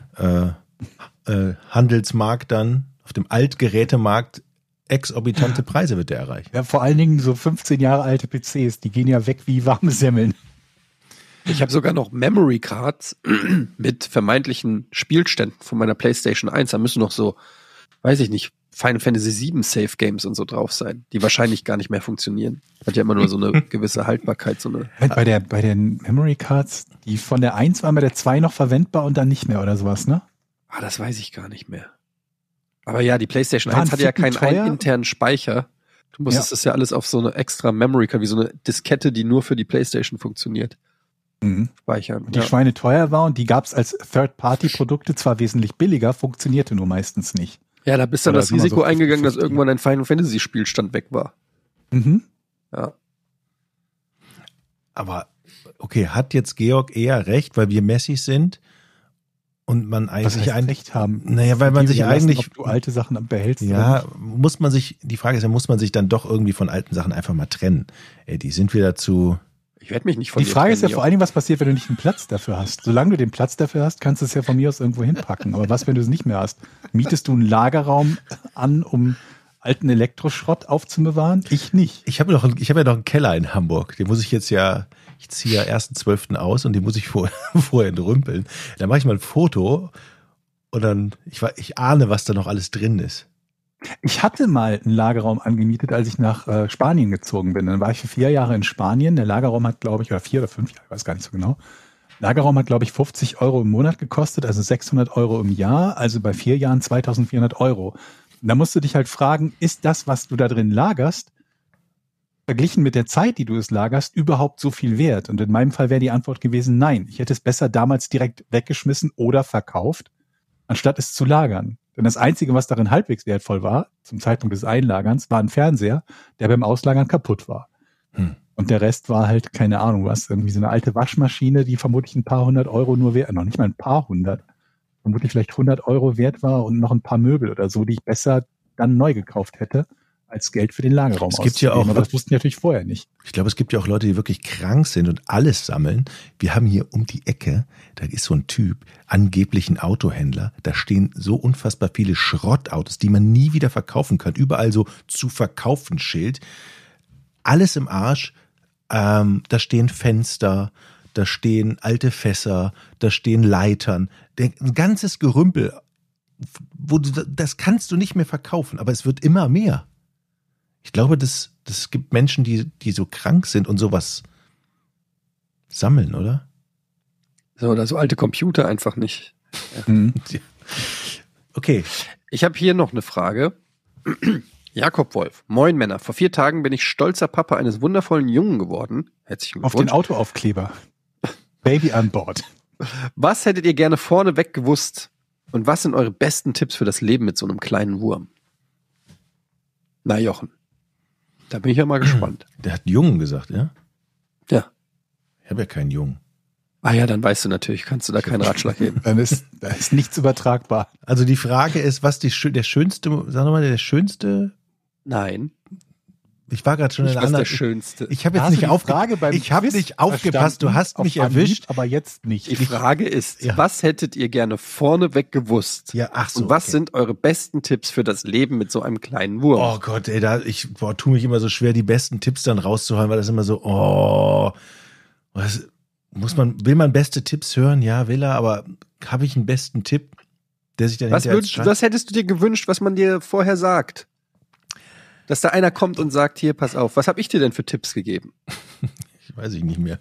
Handelsmarkt dann, auf dem Altgerätemarkt, exorbitante Preise wird der erreichen. Ja, vor allen Dingen so 15 Jahre alte PCs, die gehen ja weg wie warme Semmeln. Ich habe sogar noch Memory Cards mit vermeintlichen Spielständen von meiner PlayStation 1. Da müssen noch so, weiß ich nicht, Final Fantasy 7 Save Games und so drauf sein, die wahrscheinlich gar nicht mehr funktionieren. Hat ja immer nur so eine gewisse Haltbarkeit, so eine. Bei den Memory Cards, die von der 1 waren bei der 2 noch verwendbar und dann nicht mehr oder sowas, ne? Ah, das weiß ich gar nicht mehr. Aber ja, die PlayStation Waren 1 hatte ja keinen teuer? internen Speicher. Du musstest das ja alles auf so eine extra Memory Card, wie so eine Diskette, die nur für die PlayStation funktioniert, speichern. Die schweineteuer war und die gab's als Third-Party-Produkte zwar wesentlich billiger, funktionierte nur meistens nicht. Ja, da bist dann Oder das ist immer Risiko so eingegangen, dass 50-50. irgendwann ein Final Fantasy Spielstand weg war. Mhm. Ja. Aber okay, hat jetzt Georg eher recht, weil wir Messis sind und man Was eigentlich heißt Recht haben? Naja, weil man Die sich überlassen, eigentlich, ob du alte Sachen behältst. ja, oder nicht. die Frage ist ja, muss man sich dann doch irgendwie von alten Sachen einfach mal trennen? Ey, die sind wieder zu, Ich werde mich nicht von Die dir Frage ist ja trennen, vor allen Dingen, was passiert, wenn du nicht einen Platz dafür hast. Solange du den Platz dafür hast, kannst du es ja von mir aus irgendwo hinpacken. Aber was, wenn du es nicht mehr hast? Mietest du einen Lagerraum an, um alten Elektroschrott aufzubewahren? Ich nicht. ich habe ja noch einen Keller in Hamburg, den muss ich jetzt ja, ich ziehe ja 1.12. aus und den muss ich vorher entrümpeln. Da mache ich mal ein Foto und dann, ich ahne, was da noch alles drin ist. Ich hatte mal einen Lagerraum angemietet, als ich nach Spanien gezogen bin. Dann war ich für 4 Jahre in Spanien. Der Lagerraum hat, glaube ich, oder 4 oder 5 Jahre, ich weiß gar nicht so genau. Lagerraum hat, glaube ich, 50 Euro im Monat gekostet, also 600 Euro im Jahr, also bei 4 Jahren 2.400 Euro. Und da musst du dich halt fragen, ist das, was du da drin lagerst, verglichen mit der Zeit, die du es lagerst, überhaupt so viel wert? Und in meinem Fall wäre die Antwort gewesen, nein. Ich hätte es besser damals direkt weggeschmissen oder verkauft, anstatt es zu lagern. Denn das Einzige, was darin halbwegs wertvoll war, zum Zeitpunkt des Einlagerns, war ein Fernseher, der beim Auslagern kaputt war. Und der Rest war halt, keine Ahnung was, irgendwie so eine alte Waschmaschine, die vermutlich ein paar 100 Euro nur wert, noch nicht mal ein paar 100, vermutlich vielleicht 100 Euro wert war und noch ein paar Möbel oder so, die ich besser dann neu gekauft hätte, als Geld für den Lagerraum Es gibt ja auszugeben. auch- Aber das wussten die natürlich vorher nicht. Ich glaube, es gibt ja auch Leute, die wirklich krank sind und alles sammeln. Wir haben hier um die Ecke, da ist so ein Typ, angeblich ein Autohändler, da stehen so unfassbar viele Schrottautos, die man nie wieder verkaufen kann. Überall so zu verkaufen Schild. Alles im Arsch. Da stehen Fenster, da stehen alte Fässer, da stehen Leitern. Ein ganzes Gerümpel, das kannst du nicht mehr verkaufen, aber es wird immer mehr. Ich glaube, das gibt Menschen, die so krank sind und sowas sammeln, oder? So, oder so alte Computer einfach nicht. Okay. Ich habe hier noch eine Frage. Jakob Wolf. Moin Männer. Vor 4 Tagen bin ich stolzer Papa eines wundervollen Jungen geworden. Herzlichen Auf den Glückwunsch. Autoaufkleber. Baby an Bord. Was hättet ihr gerne vorneweg gewusst? Und was sind eure besten Tipps für das Leben mit so einem kleinen Wurm? Na Jochen, da bin ich ja mal gespannt. Der hat Jungen gesagt, ja? Ja. Ich habe ja keinen Jungen. Ah ja, dann weißt du natürlich, kannst du da keinen Ratschlag geben. Da ist nichts übertragbar. Also die Frage ist, was der schönste, sag nochmal, der schönste, Ich ich war gerade schon in nicht einer was der anderen, Schönste. ich habe Da jetzt hast nicht du die aufgepasst. Frage beim Ich habe Quiz nicht aufgepasst, du verstanden, hast auf mich Anhieb, erwischt. aber jetzt nicht. Die Frage ist, Ja. was hättet ihr gerne vorneweg gewusst? Ja, ach so. Und was okay. sind eure besten Tipps für das Leben mit so einem kleinen Wurm? Oh Gott, ey, tu mich immer so schwer, die besten Tipps dann rauszuholen, weil das immer so, will man beste Tipps hören? Ja, will er, aber habe ich einen besten Tipp, der sich dann Was hättest du dir gewünscht, was man dir vorher sagt? Dass da einer kommt und sagt, hier, pass auf, was habe ich dir denn für Tipps gegeben? Ich weiß ich nicht mehr.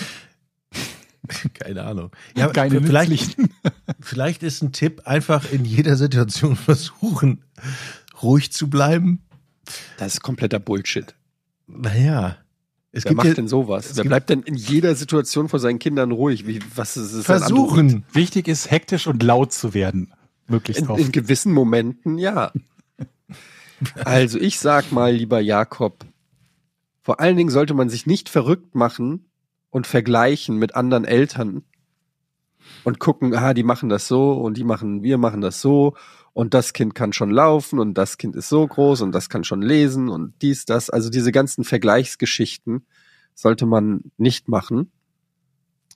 Keine Ahnung. Ja, Keine nützlichen. vielleicht ist ein Tipp, einfach in jeder Situation versuchen, ruhig zu bleiben. Das ist kompletter Bullshit. Naja, Wer macht denn sowas? Wer bleibt denn in jeder Situation vor seinen Kindern ruhig? Was ist es? versuchen. Wichtig ist, hektisch und laut zu werden. Möglichst In oft. gewissen Momenten, ja. Also ich sag mal, lieber Jakob, vor allen Dingen sollte man sich nicht verrückt machen und vergleichen mit anderen Eltern und gucken, die machen das so und wir machen das so und das Kind kann schon laufen und das Kind ist so groß und das kann schon lesen und dies, das. Also diese ganzen Vergleichsgeschichten sollte man nicht machen.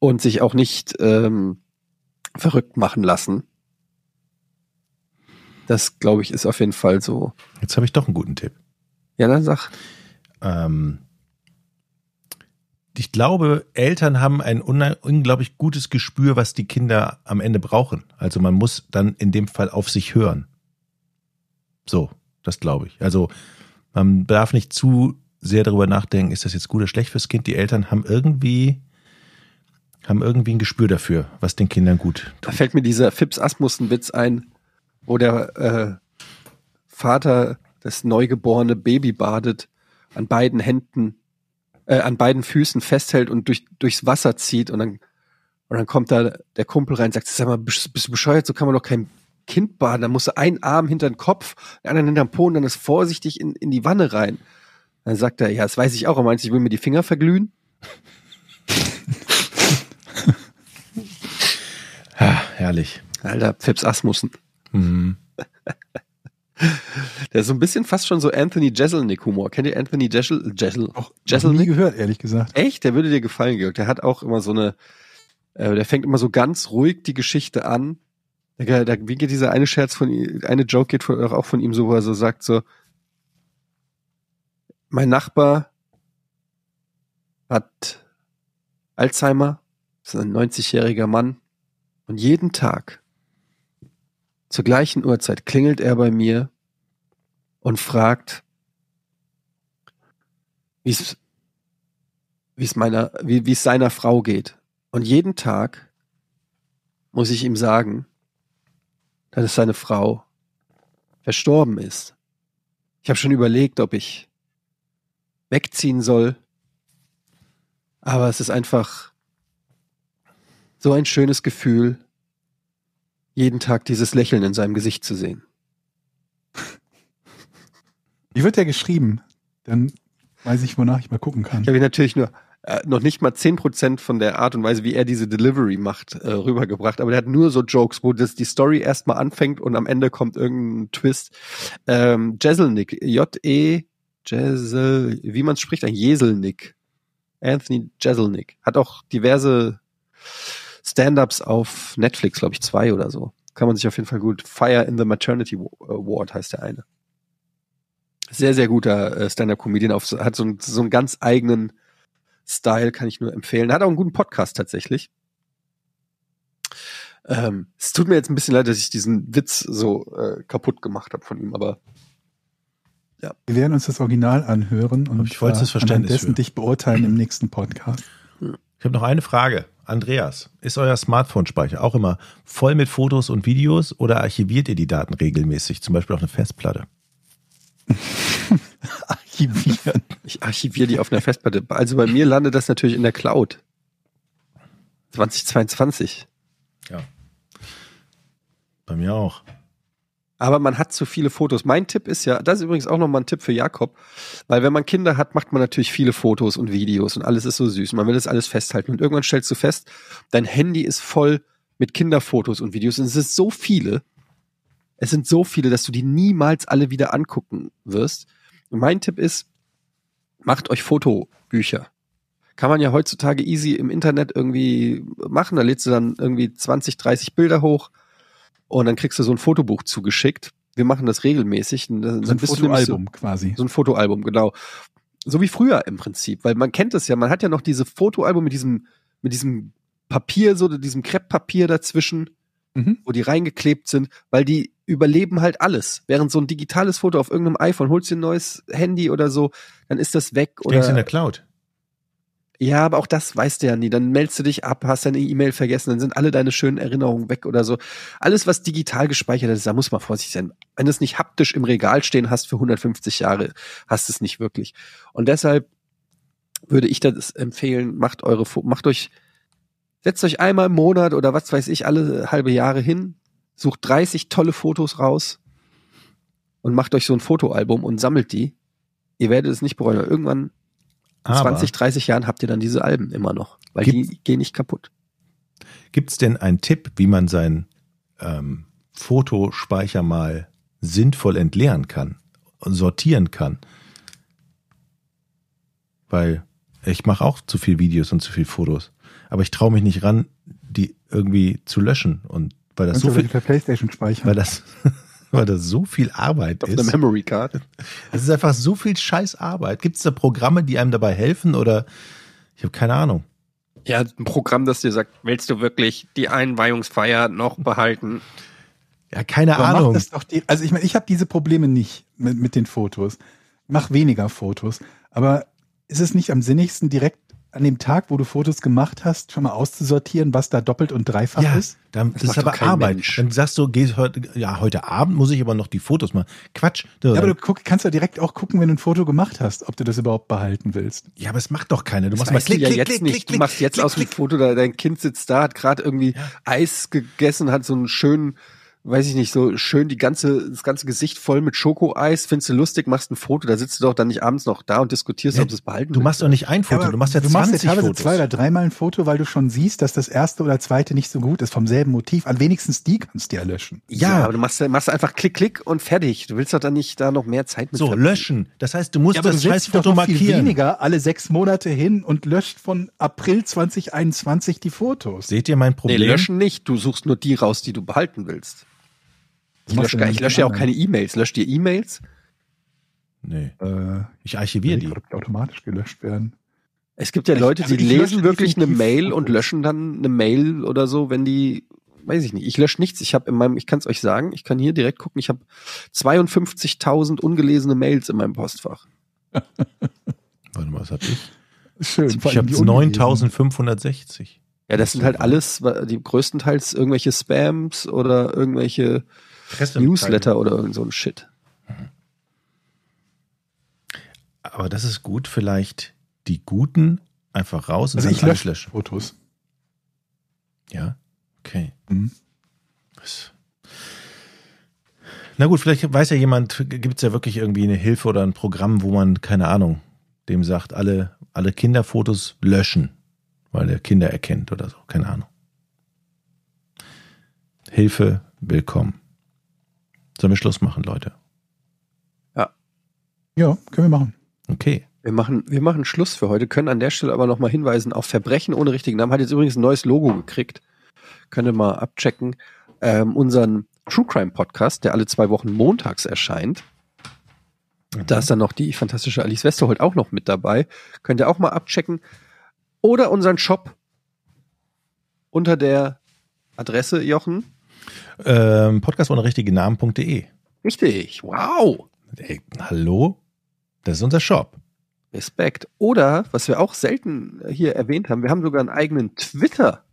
und sich auch nicht verrückt machen lassen. Das, glaube ich, ist auf jeden Fall so. Jetzt habe ich doch einen guten Tipp. Ja, dann sag. Ich glaube, Eltern haben ein unglaublich gutes Gespür, was die Kinder am Ende brauchen. Also man muss dann in dem Fall auf sich hören. So, das glaube ich. Also man darf nicht zu sehr darüber nachdenken, ist das jetzt gut oder schlecht fürs Kind. Die Eltern haben irgendwie ein Gespür dafür, was den Kindern gut Da fällt mir dieser Phipps Asmussen-Witz ein, wo der Vater das neugeborene Baby badet, an beiden Füßen festhält und durchs Wasser zieht und dann kommt da der Kumpel rein und sagt, sag mal, bist du bescheuert, so kann man doch kein Kind baden, da musst du einen Arm hinter den Kopf, den anderen hinter den Po und dann ist vorsichtig in die Wanne rein. Dann sagt er, ja, das weiß ich auch, er meint, ich will mir die Finger verglühen. herrlich. Alter, Phipps Asmussen. Mhm. Der ist so ein bisschen fast schon so Anthony Jeselnik-Humor. Kennt ihr Anthony Jeselnik? Auch nie gehört, ehrlich gesagt. Echt? Der würde dir gefallen, Georg. Der hat auch immer so der fängt immer so ganz ruhig die Geschichte an. Wie geht dieser eine Scherz eine Joke geht auch von ihm so, wo er so sagt so, mein Nachbar hat Alzheimer, ist ein 90-jähriger Mann und jeden Tag zur gleichen Uhrzeit klingelt er bei mir und fragt, wie es seiner Frau geht. Und jeden Tag muss ich ihm sagen, dass seine Frau verstorben ist. Ich habe schon überlegt, ob ich wegziehen soll, aber es ist einfach so ein schönes Gefühl, jeden Tag dieses Lächeln in seinem Gesicht zu sehen. Wie wird der geschrieben? Dann weiß ich, wonach ich mal gucken kann. Ich habe ihn natürlich noch nicht mal 10% von der Art und Weise, wie er diese Delivery macht, rübergebracht. Aber der hat nur so Jokes, wo die Story erstmal anfängt und am Ende kommt irgendein Twist. Jeselnik, wie man es spricht, ein Jeselnik. Anthony Jeselnik. Hat auch diverse Stand-Ups auf Netflix, glaube ich, 2 oder so. Kann man sich auf jeden Fall gut. Fire in the Maternity Ward heißt der eine. Sehr, sehr guter Stand-Up-Comedian. Hat so einen ganz eigenen Style, kann ich nur empfehlen. Hat auch einen guten Podcast tatsächlich. Es tut mir jetzt ein bisschen leid, dass ich diesen Witz so kaputt gemacht habe von ihm, aber ja. Wir werden uns das Original anhören und ich vollstes Verständnis dessen dich beurteilen im nächsten Podcast. Ich habe noch eine Frage. Andreas, ist euer Smartphone-Speicher auch immer voll mit Fotos und Videos oder archiviert ihr die Daten regelmäßig, zum Beispiel auf eine Festplatte? Archivieren. Ich archiviere die auf einer Festplatte. Also bei mir landet das natürlich in der Cloud. 2022. Ja. Bei mir auch. Aber man hat zu viele Fotos. Mein Tipp ist ja, das ist übrigens auch nochmal ein Tipp für Jakob, weil wenn man Kinder hat, macht man natürlich viele Fotos und Videos und alles ist so süß. Man will das alles festhalten und irgendwann stellst du fest, dein Handy ist voll mit Kinderfotos und Videos und es sind so viele, dass du die niemals alle wieder angucken wirst. Und mein Tipp ist, macht euch Fotobücher. Kann man ja heutzutage easy im Internet irgendwie machen, da lädst du dann irgendwie 20, 30 Bilder hoch. Und dann kriegst du so ein Fotobuch zugeschickt. Wir machen das regelmäßig. So ein Fotoalbum quasi. So ein Fotoalbum, genau. So wie früher im Prinzip. Weil man kennt es ja, man hat ja noch diese Fotoalbum mit diesem Papier, so diesem Krepppapier dazwischen, wo die reingeklebt sind, weil die überleben halt alles. Während so ein digitales Foto auf irgendeinem iPhone, holst dir ein neues Handy oder so, dann ist das weg. Steckst in der Cloud. Ja, aber auch das weißt du ja nie. Dann meldest du dich ab, hast deine E-Mail vergessen, dann sind alle deine schönen Erinnerungen weg oder so. Alles, was digital gespeichert ist, da muss man vorsichtig sein. Wenn du es nicht haptisch im Regal stehen hast für 150 Jahre, hast du es nicht wirklich. Und deshalb würde ich das empfehlen, setzt euch einmal im Monat oder was weiß ich, alle halbe Jahre hin, sucht 30 tolle Fotos raus und macht euch so ein Fotoalbum und sammelt die. Ihr werdet es nicht bereuen. Irgendwann in 20, 30 Jahren habt ihr dann diese Alben immer noch, weil die gehen nicht kaputt. Gibt es denn einen Tipp, wie man seinen Fotospeicher mal sinnvoll entleeren kann und sortieren kann? Weil Ich mache auch zu viel Videos und zu viel Fotos. Aber ich traue mich nicht ran, die irgendwie zu löschen. Und weil das so viel per PlayStation speichern. weil das so viel Arbeit Auf ist. der Memory Card. Es ist einfach so viel scheiß Arbeit. Gibt es da Programme, die einem dabei helfen oder ich habe keine Ahnung. Ja, ein Programm, das dir sagt, willst du wirklich die Einweihungsfeier noch behalten? Ja, keine Aber Ahnung. macht es doch also ich meine, ich habe diese Probleme nicht mit den Fotos. Mach weniger Fotos. Aber ist es nicht am sinnigsten, direkt an dem Tag, wo du Fotos gemacht hast, schon mal auszusortieren, was da doppelt und dreifach ist? Das ist macht aber doch kein Arbeit. Mensch. Dann sagst du, heute Abend muss ich aber noch die Fotos machen. Quatsch. Ja, aber du kannst ja direkt auch gucken, wenn du ein Foto gemacht hast, ob du das überhaupt behalten willst. Ja, aber es macht doch keiner. Du Das machst mal weißt du klick, ja klick, jetzt klick, nicht. klick, Du klick, machst jetzt klick, aus dem klick. Foto, dein Kind sitzt da, hat gerade irgendwie Eis gegessen, hat so einen schönen, weiß ich nicht, so schön das ganze Gesicht voll mit Schokoeis, findest du lustig, machst ein Foto, da sitzt du doch dann nicht abends noch da und diskutierst, ob du es behalten Du machst doch nicht ein Foto, aber du machst ja du machst 20 teilweise Fotos. 2 oder 3 Mal ein Foto, weil du schon siehst, dass das erste oder zweite nicht so gut ist, vom selben Motiv. An wenigstens die kannst du ja löschen. Ja, aber du machst einfach Klick, Klick und fertig. Du willst doch dann nicht da noch mehr Zeit mit So, verbringen. löschen. Das heißt, du musst aber das du scheiß setzt doch Foto noch viel markieren. weniger alle 6 Monate hin und löscht von April 2021 die Fotos. Seht ihr mein Nee, Problem? löschen nicht. Du suchst nur die raus, die du behalten willst. Ich machst du denn mit lösche den ja auch anderen? keine E-Mails. Löscht ihr E-Mails? Nee, Äh, ich archiviere die. die automatisch gelöscht werden. Es gibt ja Leute, die ich lösche lesen wirklich eine definitiv Mail und Fotos. löschen dann eine Mail oder so, wenn die, weiß ich nicht. Ich lösche nichts. Ich kann es euch sagen, ich kann hier direkt gucken, ich habe 52.000 ungelesene Mails in meinem Postfach. Warte mal, was hab ich? Schön. Ich habe 9560. Ja, das sind halt alles, die größtenteils irgendwelche Spams oder irgendwelche Newsletter oder irgend so ein Shit. Aber das ist gut, vielleicht die guten einfach raus und Also dann ich alles lösche Fotos. Ja, okay. Mhm. Was? Na gut, vielleicht weiß ja jemand, gibt es ja wirklich irgendwie eine Hilfe oder ein Programm, wo man, keine Ahnung, dem sagt, alle Kinderfotos löschen, weil er Kinder erkennt oder so, keine Ahnung. Hilfe, willkommen. Sollen wir Schluss machen, Leute? Ja, können wir machen. Okay. Wir machen Schluss für heute, können an der Stelle aber nochmal hinweisen auf Verbrechen ohne richtigen Namen. Hat jetzt übrigens ein neues Logo gekriegt. Könnt ihr mal abchecken. Unseren True Crime Podcast, der alle 2 Wochen montags erscheint. Da ist dann noch die fantastische Alice Westerholt auch noch mit dabei. Könnt ihr auch mal abchecken. Oder unseren Shop unter der Adresse, Jochen. Podcast ohne richtigen Namen.de. Richtig, wow. Ey, hallo? Das ist unser Shop. Respekt. Oder, was wir auch selten hier erwähnt haben, wir haben sogar einen eigenen Twitter.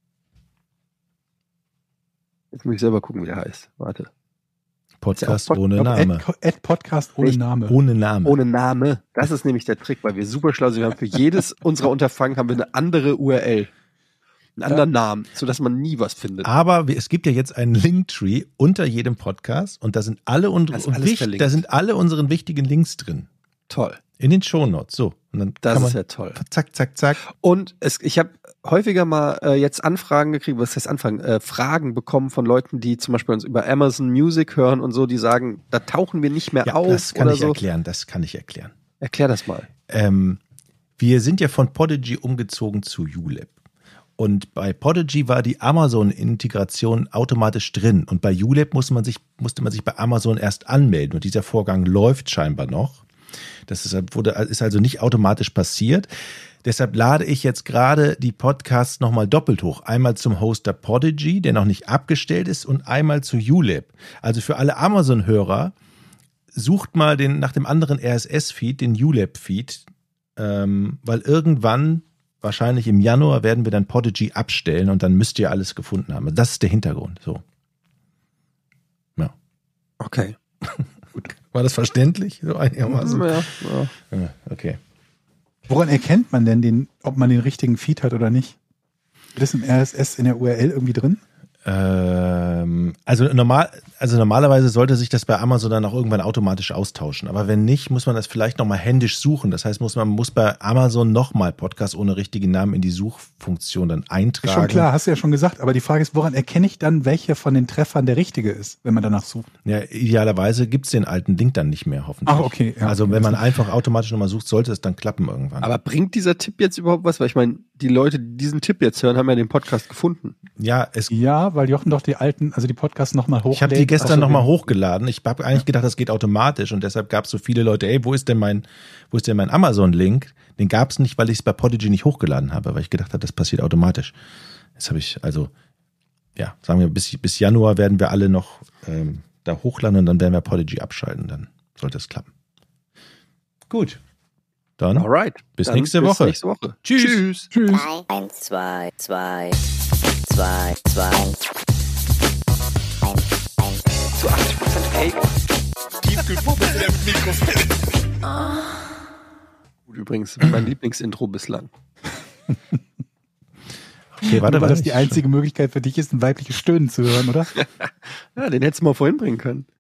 Jetzt muss ich selber gucken, wie der heißt. Warte. Podcast Ja, ohne Name. Podcast ohne Name. Ohne Name. Ohne Name. Das ist nämlich der Trick, weil wir super schlau sind. Wir haben für jedes unserer Unterfangen haben wir eine andere URL. Einen anderen Namen, sodass man nie was findet. Aber es gibt ja jetzt einen Linktree unter jedem Podcast und da sind alle Das ist alles verlinkt. da sind alle unseren wichtigen Links drin. Toll. In den Shownotes. So. Und dann Das kann ist man ja toll. zack, zack, zack. Und ich habe häufiger mal jetzt Anfragen gekriegt, was heißt Anfragen? Fragen bekommen von Leuten, die zum Beispiel uns über Amazon Music hören und so, die sagen, da tauchen wir nicht mehr Ja, auf das kann oder ich so. erklären. Das kann ich erklären. Erklär das mal. Wir sind ja von Podigy umgezogen zu ULab. Und bei Podigy war die Amazon-Integration automatisch drin. Und bei ULab musste man sich bei Amazon erst anmelden. Und dieser Vorgang läuft scheinbar noch. Das ist also nicht automatisch passiert. Deshalb lade ich jetzt gerade die Podcasts nochmal doppelt hoch. Einmal zum Hoster Podigy, der noch nicht abgestellt ist, und einmal zu ULab. Also für alle Amazon-Hörer, sucht mal nach dem anderen RSS-Feed, den ULab-Feed, weil irgendwann, wahrscheinlich im Januar, werden wir dann Podigy abstellen und dann müsst ihr alles gefunden haben. Das ist der Hintergrund. So. Ja. Okay. Gut. War das verständlich? So einigermaßen? Ja. Ja, okay. Woran erkennt man denn ob man den richtigen Feed hat oder nicht? Ist das im RSS in der URL irgendwie drin? Normalerweise sollte sich das bei Amazon dann auch irgendwann automatisch austauschen. Aber wenn nicht, muss man das vielleicht nochmal händisch suchen. Das heißt, man muss bei Amazon nochmal Podcast ohne richtigen Namen in die Suchfunktion dann eintragen. Ist schon klar, hast du ja schon gesagt. Aber die Frage ist, woran erkenne ich dann, welcher von den Treffern der richtige ist, wenn man danach sucht? Ja, idealerweise gibt's den alten Link dann nicht mehr, hoffentlich. Ach, okay. Ja, also wenn man einfach automatisch nochmal sucht, sollte es dann klappen irgendwann. Aber bringt dieser Tipp jetzt überhaupt was? Weil ich meine, die Leute, die diesen Tipp jetzt hören, haben ja den Podcast gefunden. Ja, weil Jochen doch die Podcasts nochmal hochlädt. Ich habe die gestern nochmal hochgeladen. Ich habe eigentlich gedacht, das geht automatisch und deshalb gab es so viele Leute, wo ist denn mein Amazon-Link? Den gab es nicht, weil ich es bei Podigy nicht hochgeladen habe, weil ich gedacht habe, das passiert automatisch. Jetzt habe ich sagen wir, bis Januar werden wir alle noch da hochladen und dann werden wir Podigy abschalten, dann sollte es klappen. Gut. Dann Alright. Bis nächste Woche. Tschüss. 3, 1, 2, 2, 2, 2. Zu 80% Fake. Tiefkühlpommes in der Mikrowelle. Gut, übrigens, mein Lieblingsintro bislang. Okay, warte, weil das die einzige Möglichkeit für dich ist, ein weibliches Stöhnen zu hören, oder? Ja, den hättest du mal vorhin bringen können.